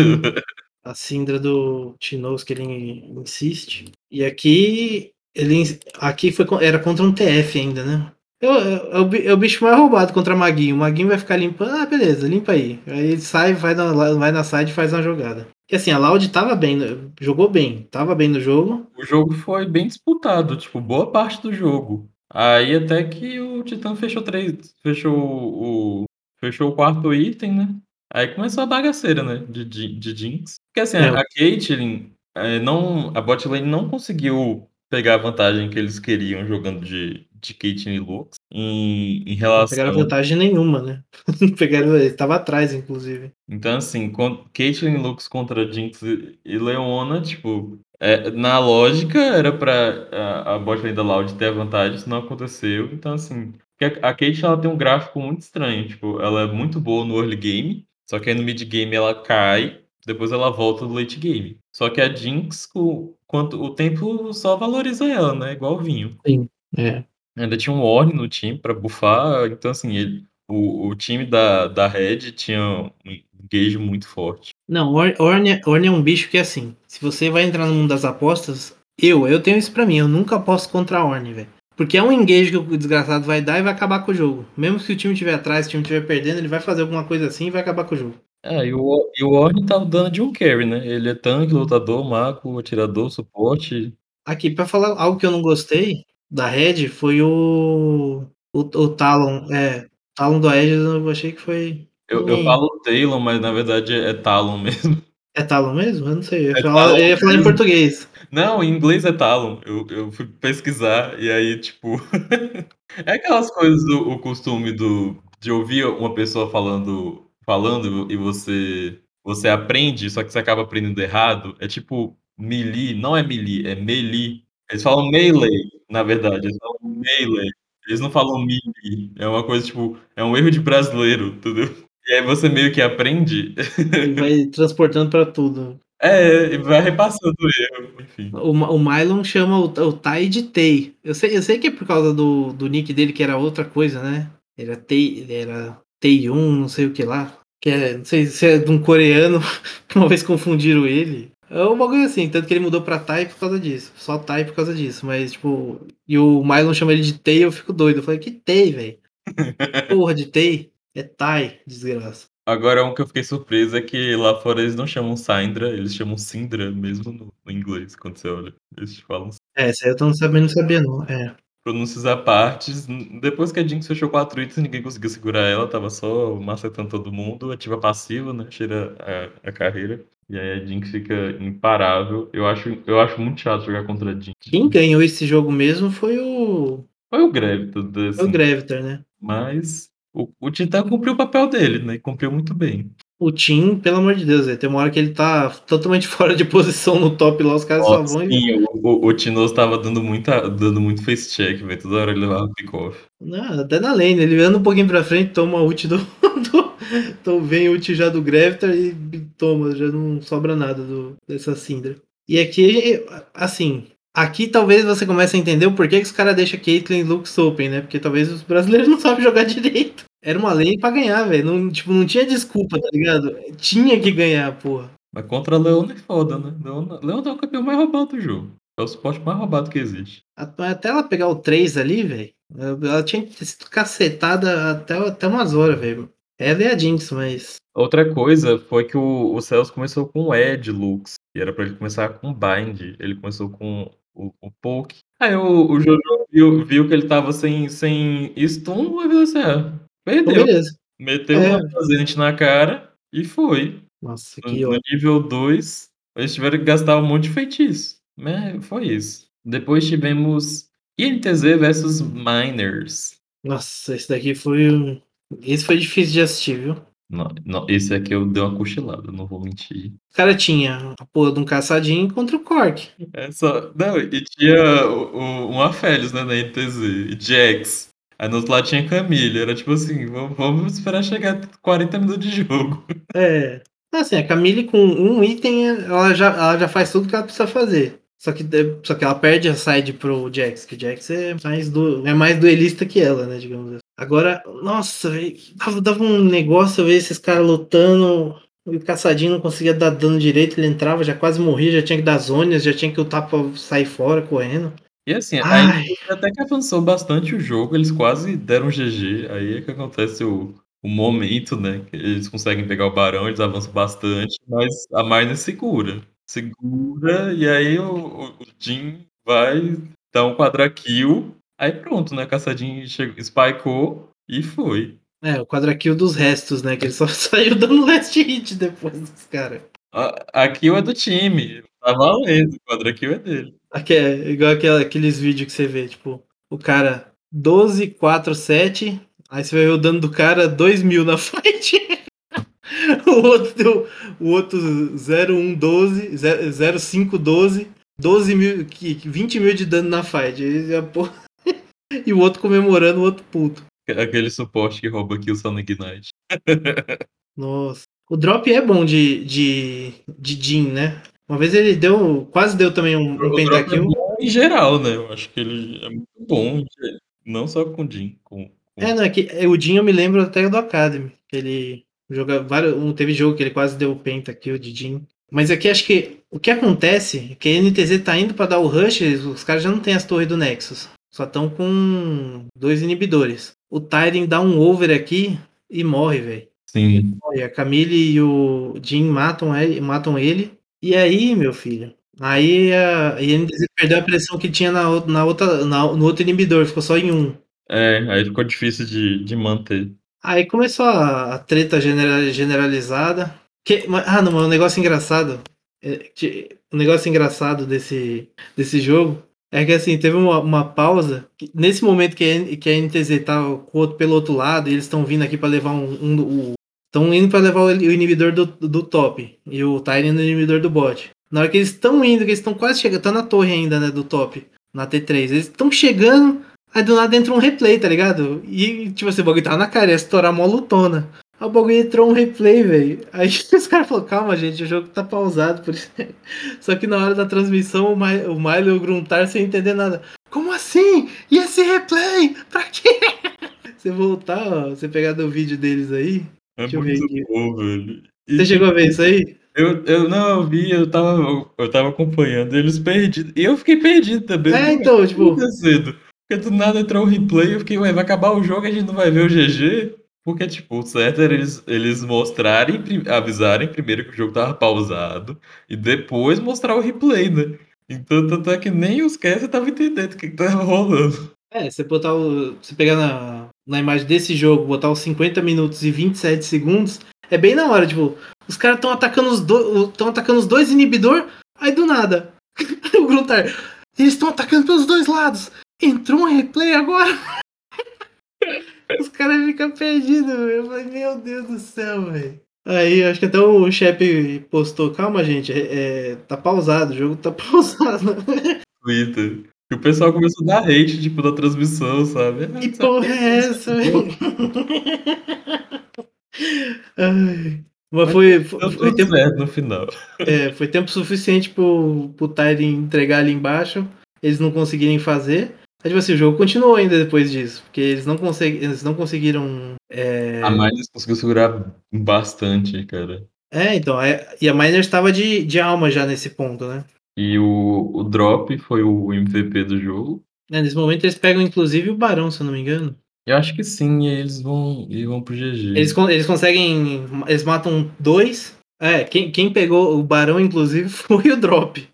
S1: A Syndra do Tinoz que ele insiste. E aqui. Ele, aqui foi, con- era contra um T F ainda, né? É, o- é, o bi- é o bicho mais roubado contra Maguinho. O Maguinho vai ficar limpando. Ah, beleza, limpa aí. Aí ele sai, vai na, vai na side e faz uma jogada. E assim, a Loud tava bem, né? Jogou bem, tava bem no jogo.
S2: O jogo foi bem disputado, tipo, boa parte do jogo. Aí até que o Titã fechou três, fechou o fechou o quarto item, né. Aí começou a bagaceira, né, de Jin de Jinx. Porque assim,
S1: É,
S2: a Caitlyn, eh, não a bot lane não conseguiu pegar a vantagem que eles queriam jogando de de Caitlyn e Lux, em em
S1: não pegaram
S2: relação.
S1: vantagem nenhuma, né? Não pegaram, ele tava atrás, inclusive.
S2: Então, assim, con Caitlyn e Lux contra Jinx e e Leona, tipo, eh, na lógica era pra a a bot lane da Loud ter a vantagem, isso não aconteceu. Então, assim, porque a a Caitlyn ela tem um gráfico muito estranho, tipo, ela é muito boa no early game, só que aí no mid game ela cai, depois ela volta no late game. Só que a Jinx, o quanto o tempo só valoriza ela, né, igual vinho.
S1: Sim. É.
S2: Ainda tinha um Ornn no time pra buffar, então assim, ele o o time da da Red tinha um engage muito forte.
S1: Não, Orn, Ornn é Ornn é um bicho que, assim, se você vai entrar no mundo das apostas, eu, eu tenho isso pra mim, eu nunca aposto contra a Ornn, velho. Porque é um engage que o desgraçado vai dar e vai acabar com o jogo. Mesmo se o time estiver atrás, se o time estiver perdendo, ele vai fazer alguma coisa assim e vai acabar com o jogo.
S2: É, e o Or e o Ornn tá dando de um carry, né, ele é tanque, lutador, mago, atirador, suporte.
S1: Aqui, pra falar algo que eu não gostei da Red, foi o. O, o Talon. É. Talon do Aegis, eu achei que foi.
S2: Eu eu
S1: Nem.
S2: falo Talon, mas na verdade é Talon mesmo.
S1: É Talon mesmo? Eu não sei. Eu ia
S2: É
S1: falar,
S2: Talon
S1: eu ia falar em
S2: mesmo.
S1: português.
S2: Não, em inglês é Talon. Eu eu fui pesquisar e aí, tipo, é aquelas coisas do o costume do de ouvir uma pessoa falando falando e você você aprende, só que você acaba aprendendo errado. É tipo melee, não é melee, é melee. Eles falam melee, na verdade, eles falam melee, eles não falam melee. É uma coisa, tipo, é um erro de brasileiro, entendeu? E aí você meio que aprende.
S1: E vai transportando pra tudo.
S2: É, e vai repassando o erro, enfim.
S1: O, Ma- o Mylon chama o, o Tai de Tei. Eu sei, eu sei que é por causa do, do nick dele, que era outra coisa, né? Era Tei, ele era Tei um, não sei o que lá. Que é, não sei se é de um coreano, que uma vez confundiram ele. É um bagulho assim, tanto que ele mudou pra Tai por causa disso. Só Tai por causa disso. Mas, tipo, e o Mylon chama ele de Tei, eu fico doido. Eu falei, que Tei, velho? Porra de Tei? É Tai, desgraça.
S2: Agora um que eu fiquei surpreso é que lá fora eles não chamam Syndra, eles chamam Syndra mesmo no no inglês, quando você olha. Eles falam
S1: É, essa aí eu tô não sabendo, não sabia não. É.
S2: pronúncias à partes. N depois que a Jinx fechou quatro itens, ninguém conseguiu segurar ela, estava só macetando todo mundo, ativa passiva, né, tira a a carreira, e aí a Jinx fica imparável. Eu acho eu acho muito chato jogar contra a Jinx.
S1: Quem ganhou esse jogo mesmo foi o,
S2: Foi o Graviton,
S1: foi o
S2: assim,
S1: Gravitar, né?
S2: mas o o Titã cumpriu o papel dele, né, e cumpriu muito bem.
S1: O Tim, pelo amor de Deus, véio, tem uma hora que ele tá totalmente fora de posição no top lá, os caras
S2: Ó,
S1: só vão e
S2: sim, o o Tinoz estava dando muita dando muito face check, velho, toda hora ele levava pick-off.
S1: Não, até na lane, ele anda um pouquinho pra frente, toma a ult do do então vem ult já do Gravitar e toma, já não sobra nada do dessa Syndra. E aqui, assim, aqui talvez você comece a entender o porquê que os cara deixa Caitlyn e Lux open, né, porque talvez os brasileiros não sabem jogar direito. Era uma lane pra ganhar, velho, não, tipo, não tinha desculpa, tá ligado? Tinha que ganhar, porra.
S2: Mas contra a Leona é foda, né, Leona Leona é o campeão mais roubado do jogo, é o suporte mais roubado que existe.
S1: Até ela pegar o três ali, velho, ela tinha que ter sido cacetada até até umas horas, velho. Ela e a Jinx, mas
S2: Outra coisa foi que o o Celso começou com o Ed Lux, e era pra ele começar com Bind, ele começou com o o Poke. Aí o o Jojo viu viu que ele estava sem sem stun, aí falou assim: "Ah,
S1: então
S2: perdeu".
S1: beleza.
S2: Meteu
S1: É.
S2: uma Fazente na cara e foi.
S1: Nossa,
S2: No
S1: que
S2: no
S1: ódio.
S2: nível dois, eles tiveram que gastar um monte de feitiço, né, foi isso. Depois tivemos I N T Z versus Miners.
S1: Nossa, esse daqui foi um esse foi difícil de assistir, viu.
S2: No no esse aqui eu dei uma cochilada, não vou mentir.
S1: O cara tinha a porra de um caçadinho contra o Corki.
S2: É só não, e tinha o o um Aphelios, né, na I N T Z, e Jax. Aí no outro lado tinha Camille, era tipo assim: "Vamos vamos esperar chegar quarenta minutos de jogo".
S1: É. Assim, a Camille com um item, ela já ela já faz tudo que ela precisa fazer. Só que de só que ela perde a side pro Jax, que o Jax é mais du é mais duelista que ela, né, digamos assim. Agora, nossa, velho, dava dava um negócio ver esses caras lutando, e o caçadinho não conseguia dar dano direito, ele entrava, já quase morria, já tinha que dar zonas, já tinha que ultar pra sair fora correndo.
S2: E assim, a
S1: Ai.
S2: I N T Z até que avançou bastante o jogo, eles quase deram G G, aí é que acontece o o momento, né, que eles conseguem pegar o barão, eles avançam bastante, mas a Miner segura. Segura, e aí o o o Jhin vai dar um quadra kill, aí pronto, né, caçadinho che spikeou e foi.
S1: É, o quadra kill dos restos, né, que ele só saiu dando last hit depois dos cara.
S2: A a kill é do time, tá valendo, o quadra kill é dele.
S1: Aqui é igual aquela aqueles vídeos que você vê, tipo, o cara doze, quatro, sete, aí você vai ver o dano do cara dois mil na fight. O outro deu o outro zero um doze, ze zero cinco doze, doze mil, que vinte mil de dano na fight. Aí já, pô, e o outro comemorando, o outro puto.
S2: Aquele suporte que rouba kill só no Ignite.
S1: Nossa. O drop é bom de de de Jhin, né. Uma vez ele deu quase deu também um um
S2: O drop é
S1: pentakill.
S2: bom em geral, né, eu acho que ele é muito bom, não só com o Jhin, com
S1: É,
S2: com
S1: não, é que o Jhin eu me lembro até do Academy, que ele joga vários um teve jogo que ele quase deu pentakill de Jhin. Mas aqui acho que o que acontece é que a N T Z tá indo pra dar o rush, os caras já não tem as torres do Nexus, só estão com dois inibidores. O Tyrion dá um over aqui e morre, velho.
S2: Sim.
S1: A Camille e o Jhin matam ele matam ele, e aí, meu filho, aí a N T Z perdeu a pressão que tinha na ou na outra na no outro inibidor, ficou só em um.
S2: É, aí ficou difícil de de manter.
S1: Aí começou a a treta genera generalizada, que ah não, mas um negócio engraçado, eh, que um negócio engraçado desse desse jogo, é que assim, teve uma uma pausa, que nesse momento que a N que a N T Z estava com o outro pelo outro lado, e eles estão vindo aqui pra levar um um o estão indo pra levar o o inibidor do do top, e o Tyrion no inibidor do bot. Na hora que eles estão indo, que eles estão quase chegando, estão na torre ainda, né, do top, na T três, eles estão chegando, aí do nada entra um replay, tá ligado? E tipo assim, o bagulho tava na cara, ia estourar mó lutona. Aí o bagulho entrou um replay, velho. Aí os caras falaram, calma, gente, o jogo tá pausado. Por isso. Só que na hora da transmissão, o, My, o Milo e o Gruntar sem entender nada. Como assim? E esse replay? Pra quê? Você voltar, ó, você pegar do vídeo deles aí.
S2: É
S1: Deixa eu ver
S2: muito
S1: aqui.
S2: bom, velho. E
S1: Você chegou a ver
S2: tipo,
S1: isso aí?
S2: eu eu não, eu vi, eu estava eu estava acompanhando eles perdidos, e eu fiquei perdido também, eu
S1: É,
S2: fiquei: "Ué, o
S1: então,
S2: que tá
S1: tipo,
S2: acontecendo?". Porque do nada entrou um replay, eu fiquei: "Ué, vai acabar o jogo e a gente não vai ver o G G?". Porque, tipo, o certo era eles eles mostrarem pri avisarem primeiro que o jogo estava pausado, e depois mostrar o replay, né. Então, tanto é que nem os casters estavam entendendo o que que estava rolando.
S1: é, você botar o. Você pegar na, na imagem desse jogo, botar os cinquenta minutos e vinte e sete segundos, é bem na hora, tipo, os caras estão atacando os dois. Estão atacando os dois inibidor, aí do nada. O Gruntar. Eles estão atacando pelos dois lados. Entrou um replay agora. Os caras ficam perdidos, velho. Eu falei, meu Deus do céu, velho. Aí, acho que até o chefe postou, calma, gente, é, é, tá pausado, o jogo tá pausado.
S2: Twitter. E o pessoal começou a dar hate, tipo, na transmissão, sabe. "Ah,
S1: Que
S2: não sei o
S1: porra
S2: quê,
S1: é essa, velho? Ai, mas
S2: Mas
S1: foi fo
S2: deu
S1: foi
S2: tudo
S1: tempo
S2: certo no final.
S1: é, foi tempo suficiente para o para o Tyrion entregar ali embaixo, eles não conseguirem fazer. Mas, tipo assim, o jogo continuou ainda depois disso, porque eles não consegui eles não conseguiram,
S2: A
S1: eh
S2: Miners conseguiu segurar bastante, cara.
S1: É, então, eh, e a Miners estava de de alma já nesse ponto, né.
S2: E o o Drop foi o M-V-P do jogo.
S1: É, nesse momento eles pegam inclusive o Barão, se eu não me engano.
S2: Eu acho que sim, e aí eles vão e vão para o
S1: Eles
S2: GG.
S1: con eles conseguem eles matam dois é, quem quem pegou o Barão inclusive foi o Drop.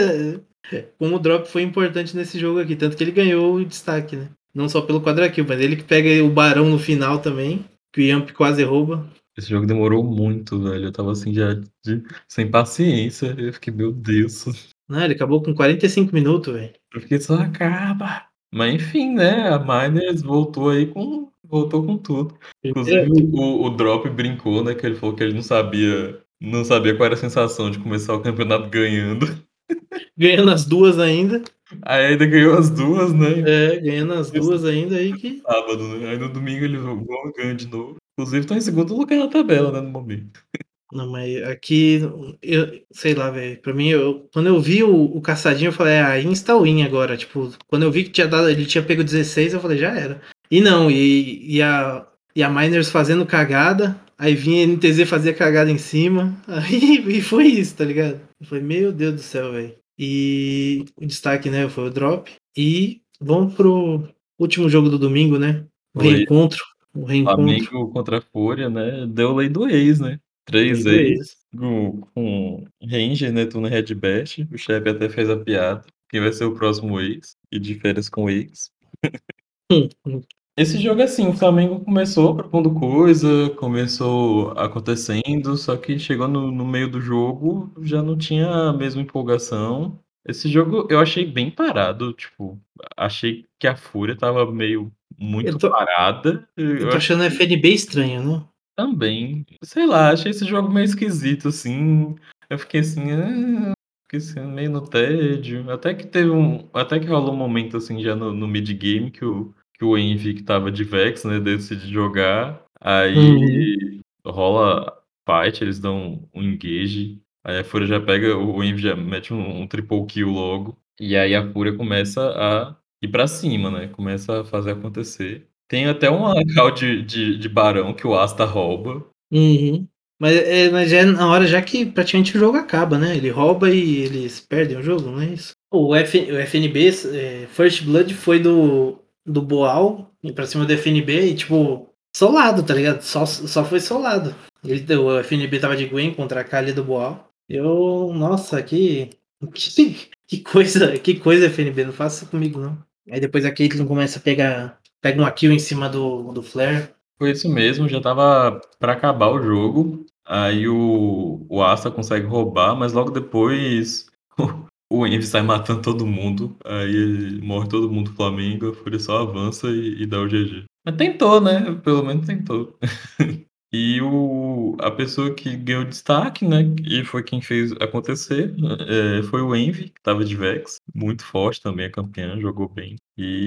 S1: Como o Drop foi importante nesse jogo aqui, tanto que ele ganhou o destaque, né. Não só pelo quadra kill, mas ele que pega o Barão no final também, que o Yamp quase rouba.
S2: Esse jogo demorou muito, velho, eu estava, assim, já de sem paciência, eu fiquei: "Meu Deus".
S1: Não, ele acabou com quarenta e cinco minuto, velho.
S2: Eu fiquei só: "Acaba". Mas enfim, né, a Miners voltou aí com voltou com tudo. Inclusive o o Drop brincou, né, que ele falou que ele não sabia não sabia qual era a sensação de começar o campeonato ganhando.
S1: Ganhando as duas ainda.
S2: Aí ainda ganhou as duas, né.
S1: É, ganhando as duas ainda, aí que
S2: Sábado, né, aí no domingo ele jogou, ganhou de novo. Inclusive estão em segundo lugar na tabela, né, no momento.
S1: Não, mas aqui eu sei lá, velho, pra mim eu quando eu vi o o caçadinho eu falei: "Ah, insta win agora", tipo, quando eu vi que tinha dado ele tinha pego dezesseis eu falei: "Já era". E não, e e a e a Miners fazendo cagada, aí vinha N T Z fazer cagada em cima, aí e foi isso, tá ligado. Eu falei: "Meu Deus do céu, velho". E o destaque, né, foi o Drop. E vamos para o último jogo do domingo, né, o
S2: Foi.
S1: reencontro o reencontro.
S2: Flamengo contra a Fúria, né, deu lei do ex, né.
S1: Lei
S2: três
S1: do
S2: ex,
S1: ex.
S2: com com Ranger, né, tudo no Redbert, o chefe até fez a piada, quem vai ser o próximo ex, ir de férias com o ex.
S1: Hum, hum.
S2: Esse jogo, assim, o Flamengo começou propondo coisa, começou acontecendo, só que chegou no no meio do jogo, já não tinha a mesma empolgação. Esse jogo eu achei bem parado, tipo, achei que a Fúria estava meio
S1: Eu
S2: muito
S1: tô
S2: parada,
S1: eu
S2: eu
S1: tô
S2: acho
S1: achando o
S2: que
S1: F N B estranho, né.
S2: Também. Sei lá, achei esse jogo meio esquisito, assim, eu fiquei assim: "Ah", fiquei assim meio no tédio, até que teve um até que rolou um momento, assim, já no no mid game que o que o Envy que estava de Vex, né, decide jogar,
S1: Uhum.
S2: aí rola fight, eles dão um engage, aí a Fúria já pega o Envy já mete um um triple kill logo, e aí a Fúria começa a ir pra cima, né, começa a fazer acontecer. Tem até uma call de de de Barão que o Asta rouba.
S1: Uhum. Mas é mas já é na hora já que praticamente o jogo acaba, né, ele rouba e eles perdem o jogo, não é isso? O F o FNB, eh, First Blood foi do do Boal ir pra cima do F N B e, tipo, solado, tá ligado, só só foi solado. Ele deu o F N B estava de Gwen contra a Kali do Boal. Eu nossa, que que que coisa que coisa F N B, não faça isso comigo não. Aí depois a Caitlyn começa a pegar pega uma kill em cima do do Flare.
S2: Foi isso mesmo, já estava pra acabar o jogo, aí o o Asta consegue roubar, mas logo depois o o Envy sai matando todo mundo, aí morre todo mundo do Flamengo, a Fúria só avança e e dá o GG. Mas tentou, né, pelo menos tentou. E o a pessoa que ganhou destaque, né, e foi quem fez acontecer, eh, foi o Envy, que estava de Vex, muito forte também, é campeã, jogou bem.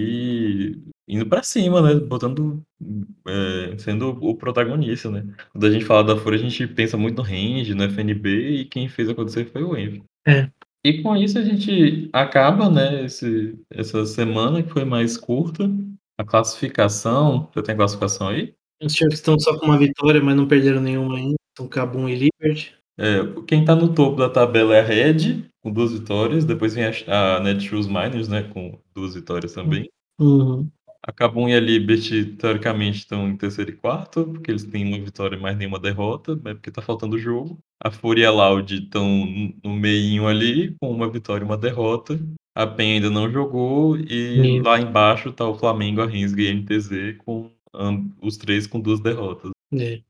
S2: E indo pra cima, né, botando, eh, sendo o protagonista, né. Quando a gente fala da Fúria, a gente pensa muito no Range, no F N B, e quem fez acontecer foi o Envy.
S1: É.
S2: E com isso a gente acaba, né, esse essa semana que foi mais curta, a classificação você tem a classificação aí?
S1: Os times estão só com uma vitória, mas não perderam nenhuma ainda, são Kabum e Liquid.
S2: É, quem tá no topo da tabela é a Red, com duas vitórias, depois vem a Ch a Netshoes Miners, né, com duas vitórias
S1: Hum,
S2: também.
S1: uhum.
S2: A Kabum e a Liberty, teoricamente, estão em terceiro e quarto, porque eles têm uma vitória e mais nenhuma derrota, né, porque tá faltando jogo. A Fúria e a Loud estão no no meinho ali, com uma vitória e uma derrota. A PEN ainda não jogou e
S1: E
S2: lá embaixo tá o Flamengo, a Rensga e a N T Z com am os três com duas derrotas.
S1: É.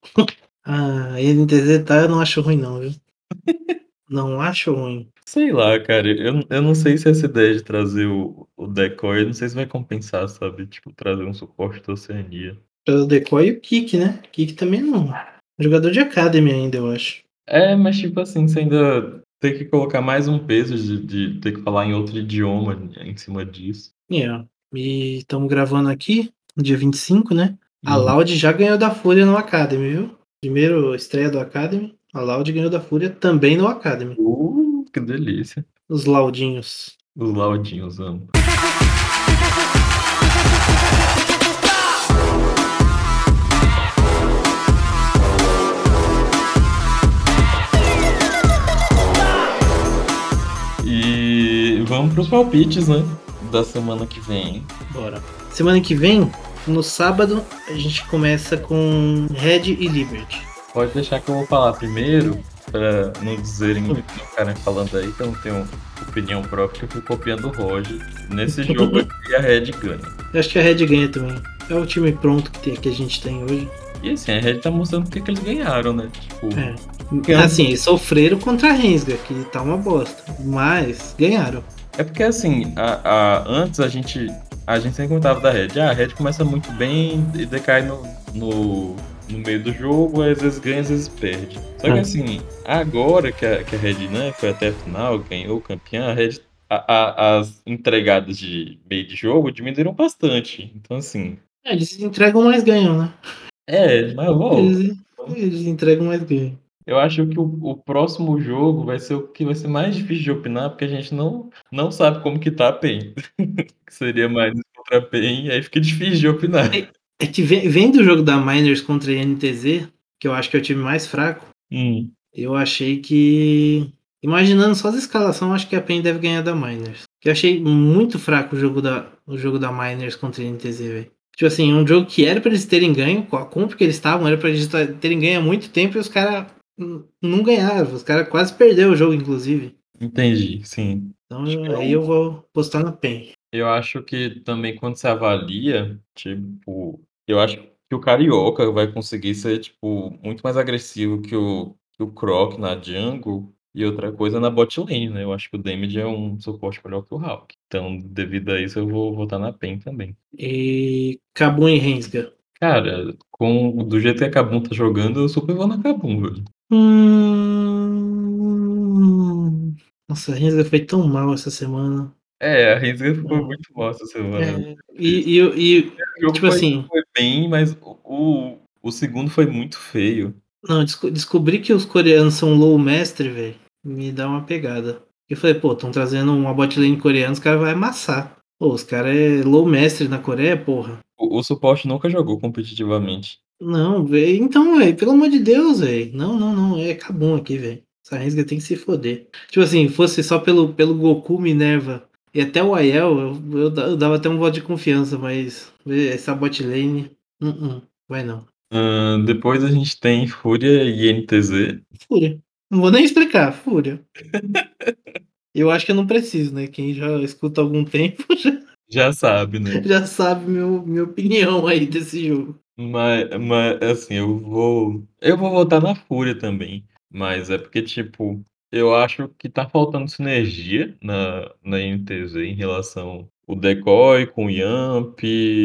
S1: A N T Z tá eu não acho ruim não, viu. Não acho ruim.
S2: Sei lá, cara, eu não eu não sei se essa ideia de trazer o o Decoy, eu não sei se vai compensar, sabe, tipo, trazer um suporte da Oceania.
S1: Pelo Decoy e o Kick, né, Kick também não jogador de Academy ainda, eu acho.
S2: É, mas tipo assim, você ainda ter que colocar mais um peso de de ter que falar em outro idioma em cima disso.
S1: É, e estamos gravando aqui, no dia vinte e cinco, né? A
S2: Uhum.
S1: Loud já ganhou da Fúria no Academy, viu? Primeiro estreia do Academy, a Loud ganhou da Fúria também no Academy.
S2: Uh, que delícia.
S1: Os Laudinhos.
S2: Os laudinhos, amo. E vamos para os palpites, né, da semana que vem.
S1: Bora. Semana que vem, no sábado, a gente começa com Red e Liberty.
S2: Pode deixar que eu vou falar primeiro, para não dizerem, não ficarem falando aí que eu não tenho opinião própria, que eu fui copiando o Roger. Nesse jogo aqui a Red ganha.
S1: Eu acho que a Red ganha também. É o time pronto que, tem, que a gente tem hoje.
S2: E assim, a Red tá mostrando porque que eles ganharam, né? Tipo,
S1: É. Assim, eles sofreram contra a Rensga, que tá uma bosta. Mas ganharam.
S2: É porque assim, a, a- antes a gente. A gente sempre comentava da Red. Ah, a Red começa muito bem e decai no, no, no meio do jogo, às vezes ganha, às vezes perde. Só que
S1: É.
S2: assim, agora que a, que a Red, né, foi até a final, ganhou o campeão, a Red. a- a- as entregadas de meio de jogo diminuíram bastante. Então, assim.
S1: É, eles entregam mais ganham, né?
S2: É, mas volta.
S1: Eles, eles entregam mais ganham.
S2: Eu acho que o, o próximo jogo vai ser o que vai ser mais difícil de opinar, porque a gente não, não sabe como que tá a PEN. Que seria mais contra a PEN, e aí fica difícil de opinar.
S1: É, é que vem, vem do jogo da Miners contra a N T Z, que eu acho que é o time mais fraco.
S2: Hum,
S1: Eu achei que. Imaginando só as escalação, acho que a PEN deve ganhar da Miners. Eu achei muito fraco o jogo da, o jogo da Miners contra a N T Z, velho. Tipo assim, um jogo que era pra eles terem ganho, com a compra que eles estavam, era pra eles terem ganho há muito tempo e os caras não ganharam. Os caras quase perderam o jogo, inclusive.
S2: entendi, sim.
S1: Então
S2: Acho que
S1: eu-
S2: é
S1: aí
S2: um-
S1: eu vou postar na PEN.
S2: Eu acho que também quando se avalia, tipo, eu acho que o Carioca vai conseguir ser, tipo, muito mais agressivo que o, que o Croc na jungle. E outra coisa na bot lane, né? Eu acho que o Damage é um suporte melhor que o Hulk. Então, devido a isso, eu vou votar na PEN também.
S1: E Kabum e Rensga.
S2: Cara, com, do jeito que a Kabum tá jogando, eu super vou na Kabum, velho.
S1: Hum... Nossa, a Rensga foi tão mal essa semana.
S2: É, a Rinsga ficou
S1: Hum.
S2: muito mal essa semana.
S1: É, e, e, e,
S2: O jogo
S1: tipo
S2: foi,
S1: assim,
S2: foi bem, mas o, o, o segundo foi muito feio.
S1: não, desco- descobri que os coreanos são low mestre, velho. Me dá uma pegada. Eu falei, pô, estão trazendo uma bot lane coreana, os caras vão amassar. Pô, os caras é low mestre na Coreia, porra.
S2: O, o suporte nunca jogou competitivamente.
S1: Não, velho. Então, velho, pelo amor de Deus, velho. Não, não, não. É Kabum aqui, velho. Essa Rensga tem que se foder. Tipo assim, fosse só pelo, pelo Goku, Minerva e até o Aiel, eu, eu, da- eu dava até um voto de confiança, mas essa bot lane, uh -uh, vai não.
S2: Ahn, depois a gente tem Fúria e N T Z.
S1: Fúria. Não vou nem explicar, Fúria. Eu acho que eu não preciso, né? Quem já escuta há algum tempo já,
S2: Já sabe, né?
S1: já sabe meu, minha opinião aí desse jogo.
S2: Mas, mas, assim, eu vou. Eu vou votar na Fúria também. Mas é porque, tipo, eu acho que tá faltando sinergia na, na N T Z em relação o Decoy com o Yamp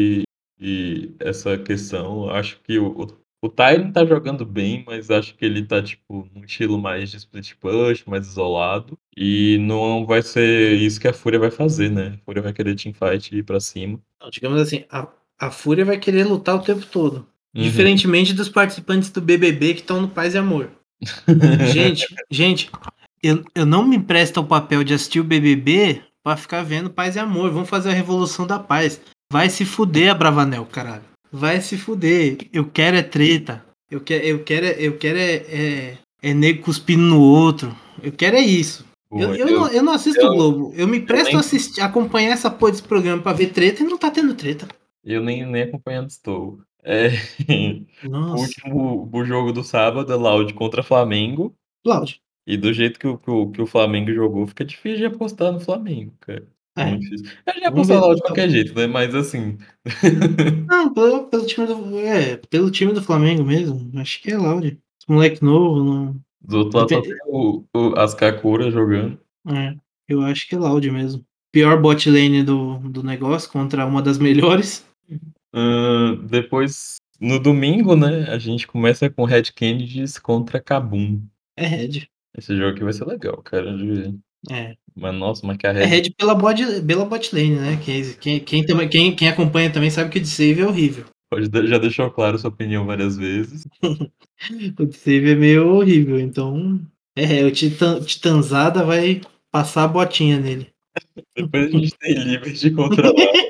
S2: e essa questão. Acho que o, o, o Tyrion tá jogando bem, mas acho que ele tá, tipo, num estilo mais de split push, mais isolado. E não vai ser isso que a Fúria vai fazer, né? A Fúria vai querer teamfight e ir pra cima.
S1: Então, digamos assim, a, a Fúria vai querer lutar o tempo todo.
S2: Uhum.
S1: Diferentemente dos participantes do B B B que estão no Paz e Amor. Gente, gente, eu, eu não me empresto ao papel de assistir o B B B pra ficar vendo Paz e Amor. Vamos fazer a Revolução da Paz. Vai se fuder, a Bravanel, caralho. Vai se fuder. Eu quero é treta. Eu quero, eu quero, é- eu quero é, é, é nego cuspindo no outro. Eu quero é isso. Eu,
S2: Pô,
S1: eu,
S2: eu,
S1: não, eu não assisto o
S2: eu,
S1: Globo. Eu me
S2: eu
S1: presto a
S2: nem
S1: assistir, acompanhar essa porra desse programa pra ver treta e não tá tendo treta.
S2: Eu nem, nem acompanhando estou. É, o
S1: Nossa.
S2: último o jogo do sábado é Loud contra Flamengo.
S1: Cláudio.
S2: E do jeito que o, que o, que o Flamengo jogou, fica difícil de apostar no Flamengo, cara.
S1: É.
S2: Muito difícil. Eu já ia
S1: Vamos
S2: apostar no
S1: ver.
S2: Loud de qualquer jeito, né? Mas assim.
S1: Não, pelo, pelo time do. É, pelo time do Flamengo mesmo. Acho que é Laude. Moleque novo, não.
S2: Do outro lado só tem
S1: Depende,
S2: o, o- as Kakura jogando.
S1: é, eu acho que é Laude mesmo. Pior bot lane do, do negócio contra uma das melhores.
S2: Ahn, depois, no domingo, né? A gente começa com Red Kennedys contra Kabum.
S1: É Red.
S2: Esse jogo aqui vai ser legal, cara, de ver.
S1: É.
S2: Mas nossa, mas que a
S1: É
S2: Red
S1: Red pela bot pela bot lane, né, quem quem quem também quem quem acompanha também sabe que o de save é horrível.
S2: pode de já deixou claro sua opinião várias vezes.
S1: O de save é meio horrível, então é, o Titã Titãzada vai passar a botinha nele.
S2: Depois a gente tem Liberty contra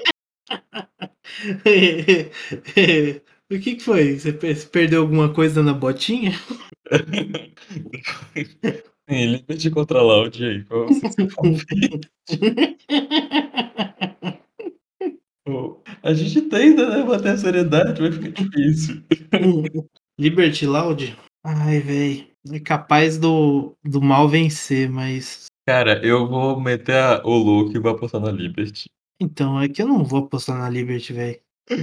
S1: O que que foi? Você pe você perdeu alguma coisa na botinha?
S2: Sim, Liberty contra Loud aí, qual você se palpite? Pô, a gente tenta, né, manter a seriedade, vai ficar difícil.
S1: Liberty Loud? Ai, velho, é capaz do do mal vencer, mas
S2: Cara, eu vou meter a o louco e vou apostar na Liberty.
S1: então, é que eu não vou apostar na Liberty, velho.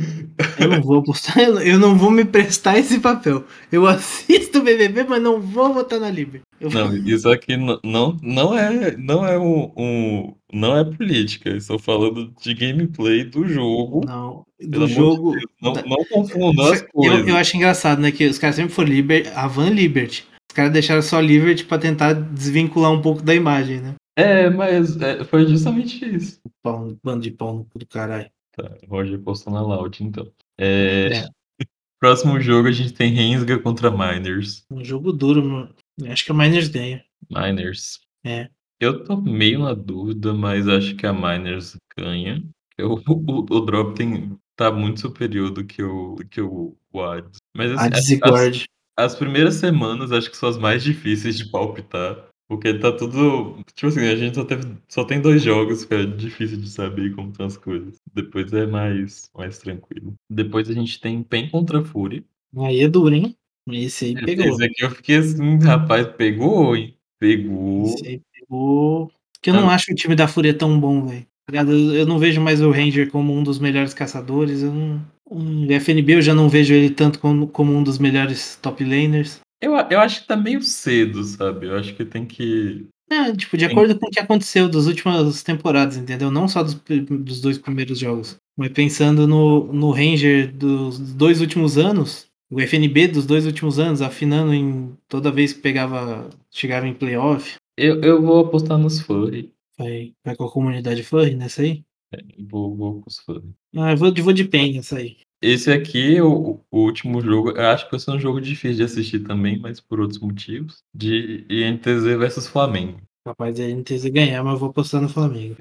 S1: Eu não vou apostar, eu não vou me prestar esse papel. Eu assisto o B B B, mas não vou votar na Liberty. Eu vou
S2: Não, isso aqui não não não é não é um um não é política, eu estou falando de gameplay do jogo,
S1: não,
S2: pelo
S1: do
S2: amor de
S1: jogo
S2: Deus, não
S1: da
S2: não confundam as
S1: eu eu
S2: coisas.
S1: acho engraçado, né, que os caras sempre foram liber a Van Liberty. Os caras deixaram só Liberty pra tentar desvincular um pouco da imagem, né.
S2: É, mas, é, foi justamente isso.
S1: Pau bando de pau no cu do caralho.
S2: Tá, o Roger postou na Loud então. Eh,
S1: É,
S2: próximo jogo a gente tem Rensga contra Miners.
S1: um jogo duro, mano. Acho que a Miners ganha.
S2: Miners.
S1: É.
S2: Eu tô meio na dúvida, mas acho que a Miners ganha. Eu o o drop tem tá muito superior do que o que o o Adz. Mas
S1: A
S2: assim, as
S1: Discord.
S2: as primeiras semanas acho que são as mais difíceis de palpitar, porque tá tudo tipo assim, a gente só teve só tem dois jogos, fica difícil de saber como estão as coisas. Depois é mais mais tranquilo. Depois a gente tem Pen contra Fúria.
S1: Aí é duro, hein. Esse aí
S2: Esse
S1: pegou.
S2: aqui eu fiquei assim: "Rapaz, pegou, hein,
S1: Esse
S2: pegou".
S1: aí pegou. Que eu
S2: Hã.
S1: não acho o time da Fúria tão bom, velho. Tá ligado? Eu eu não vejo mais o Ranger como um dos melhores caçadores, eu não hum, F N B eu já não vejo ele tanto como como um dos melhores top laners.
S2: Eu a eu acho que tá meio cedo, sabe, eu acho que tem que
S1: É, tipo, de
S2: tem
S1: acordo com o que aconteceu das últimas temporadas, entendeu? Não só dos pri dos dois primeiros jogos, mas pensando no no Ranger dos dois últimos anos, o F N B dos dois últimos anos, afinando em toda vez que pegava chegava em playoff,
S2: eu eu vou apostar nos Furry,
S1: vai vai com a comunidade furry nessa aí?
S2: vou vou com os Furry.
S1: Ah, eu vou de vou de Pen nessa aí.
S2: Esse aqui, o o último jogo, eu acho que vai ser um jogo difícil de assistir também, mas por outros motivos, de I N T Z versus Flamengo.
S1: Capaz de a N T Z ganhar, mas eu vou apostar no Flamengo.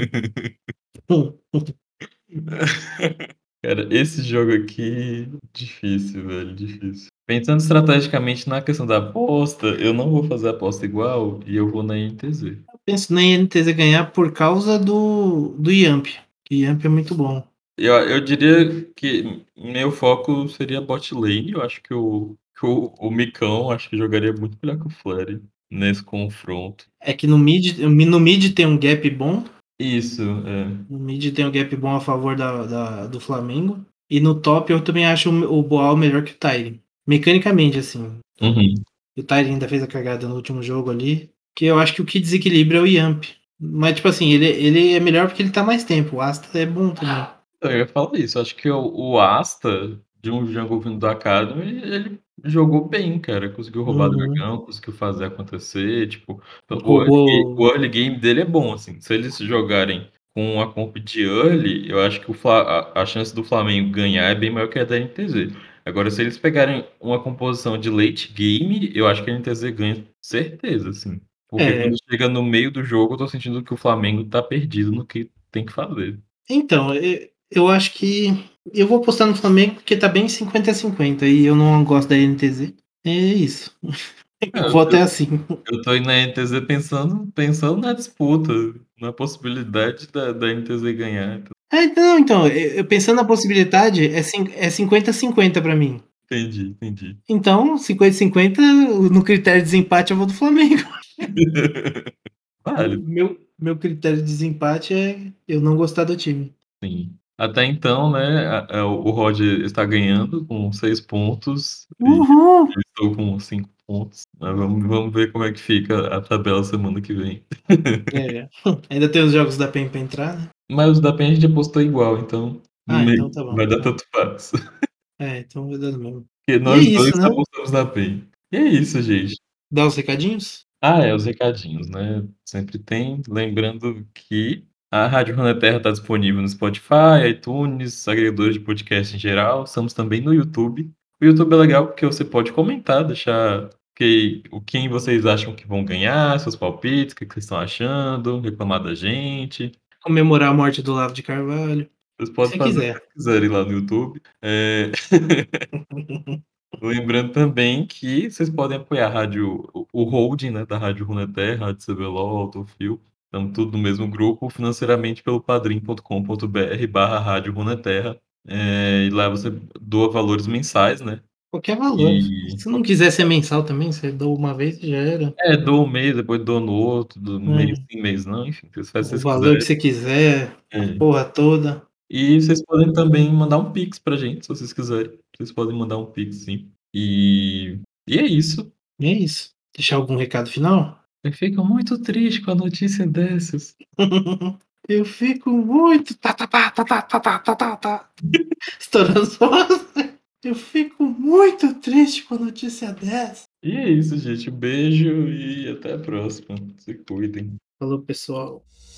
S2: Cara, esse jogo aqui, difícil, velho, difícil. Pensando estrategicamente na questão da aposta, eu não vou fazer aposta igual e eu vou na N T Z.
S1: Eu penso na N T Z ganhar por causa do do Yamp, que Yamp é muito bom.
S2: Eu eu diria que meu foco seria bot lane, eu acho que o que o o Micão, acho que jogaria muito melhor que o Fleury nesse confronto.
S1: É que no mid no mid tem um gap bom,
S2: Isso, é.
S1: no mid tem um gap bom a favor da da do Flamengo, e no top eu também acho o o Boal melhor que o Tyrion, mecanicamente, assim.
S2: Uhum.
S1: O Tyrion ainda fez a cagada no último jogo ali, que eu acho que o que desequilibra é o Yamp. Mas, tipo assim, ele ele é melhor porque ele tá mais tempo, o Asta é bom também.
S2: Eu ia falar isso, acho que o o Asta, de um jungle vindo do Academy, ele jogou bem, cara, conseguiu roubar
S1: Uhum.
S2: dragão, conseguiu fazer acontecer, tipo, o early ga
S1: Roubou
S2: o early game dele é bom, assim, se eles jogarem com a comp de early, eu acho que o Fla a a chance do Flamengo ganhar é bem maior que a da N T Z. Agora se eles pegarem uma composição de late game, eu acho que a N T Z ganha certeza, assim, porque quando
S1: é,
S2: chega no meio do jogo, eu tô sentindo que o Flamengo tá perdido no que tem que fazer.
S1: então, e eu acho que eu vou apostar no Flamengo porque tá bem cinquenta a cinquenta e eu não gosto da N T Z. É isso. O voto é assim.
S2: Eu tô indo na N T Z pensando pensando na disputa, na possibilidade da da N T Z ganhar.
S1: É, não, então, e eu pensando na possibilidade, é cin é cinquenta a cinquenta pra mim.
S2: Entendi, entendi.
S1: Então, cinquenta a cinquenta, no critério de desempate eu vou do Flamengo. O
S2: Válido,
S1: meu meu critério de desempate é eu não gostar do time.
S2: sim. Até então, né, a a o Roger está ganhando com seis pontos e
S1: Uhul!
S2: eu estou com cinco pontos, mas vamos vamos ver como é que fica a tabela semana que vem.
S1: É, ainda tem os jogos da PEN pra entrar, né.
S2: Mas os da P E N a gente apostou igual, então
S1: Ah,
S2: meio
S1: então tá bom,
S2: vai dar
S1: é.
S2: tanto faz.
S1: É, então vai dar no mesmo.
S2: Porque
S1: E é
S2: nós dois
S1: isso, né.
S2: apostamos na P E N. E é isso, gente.
S1: Dá os recadinhos?
S2: Ah, é, os recadinhos, né, sempre tem. Lembrando que a Rádio Runeterra tá disponível no Spotify, iTunes, agregadores de podcast em geral, estamos também no YouTube. O YouTube é legal porque você pode comentar, deixar que o quem vocês acham que vão ganhar, seus palpites, o que que vocês estão achando, reclamar da gente.
S1: Comemorar a morte do Olavo de Carvalho, o
S2: Vocês
S1: que
S2: podem
S1: você
S2: fazer o que
S1: quiser.
S2: vocês quiserem lá no YouTube. Eh, lembrando também que vocês podem apoiar a rádio o o holding, né, da Rádio Runeterra, Rádio C B L O, Autofil, estamos tudo no mesmo grupo, financeiramente pelo padrim.com.br barra Rádio Runeterra, eh, e lá você doa valores mensais, né,
S1: Qualquer valor.
S2: e
S1: Se não quiser ser mensal também, você doa uma vez e já era.
S2: É, doa um mês, depois doa no outro, do mês
S1: É.
S2: sim, mês não, enfim, vocês fazem o que
S1: O
S2: vocês
S1: valor que
S2: quiserem.
S1: você quiser, a
S2: É.
S1: porra toda.
S2: E vocês podem também mandar um pix pra gente, se vocês quiserem. Vocês podem mandar um pix sim. E e é isso.
S1: E é isso. Deixar algum recado final?
S2: Eu fico muito triste com a notícia dessas.
S1: Eu fico muito tá tá tá tá tá tá tá tá tá tá. Estourando os Eu fico muito triste com a notícia dessa.
S2: E é isso, gente. Um beijo e até a próxima. Se cuidem.
S1: Falou, pessoal.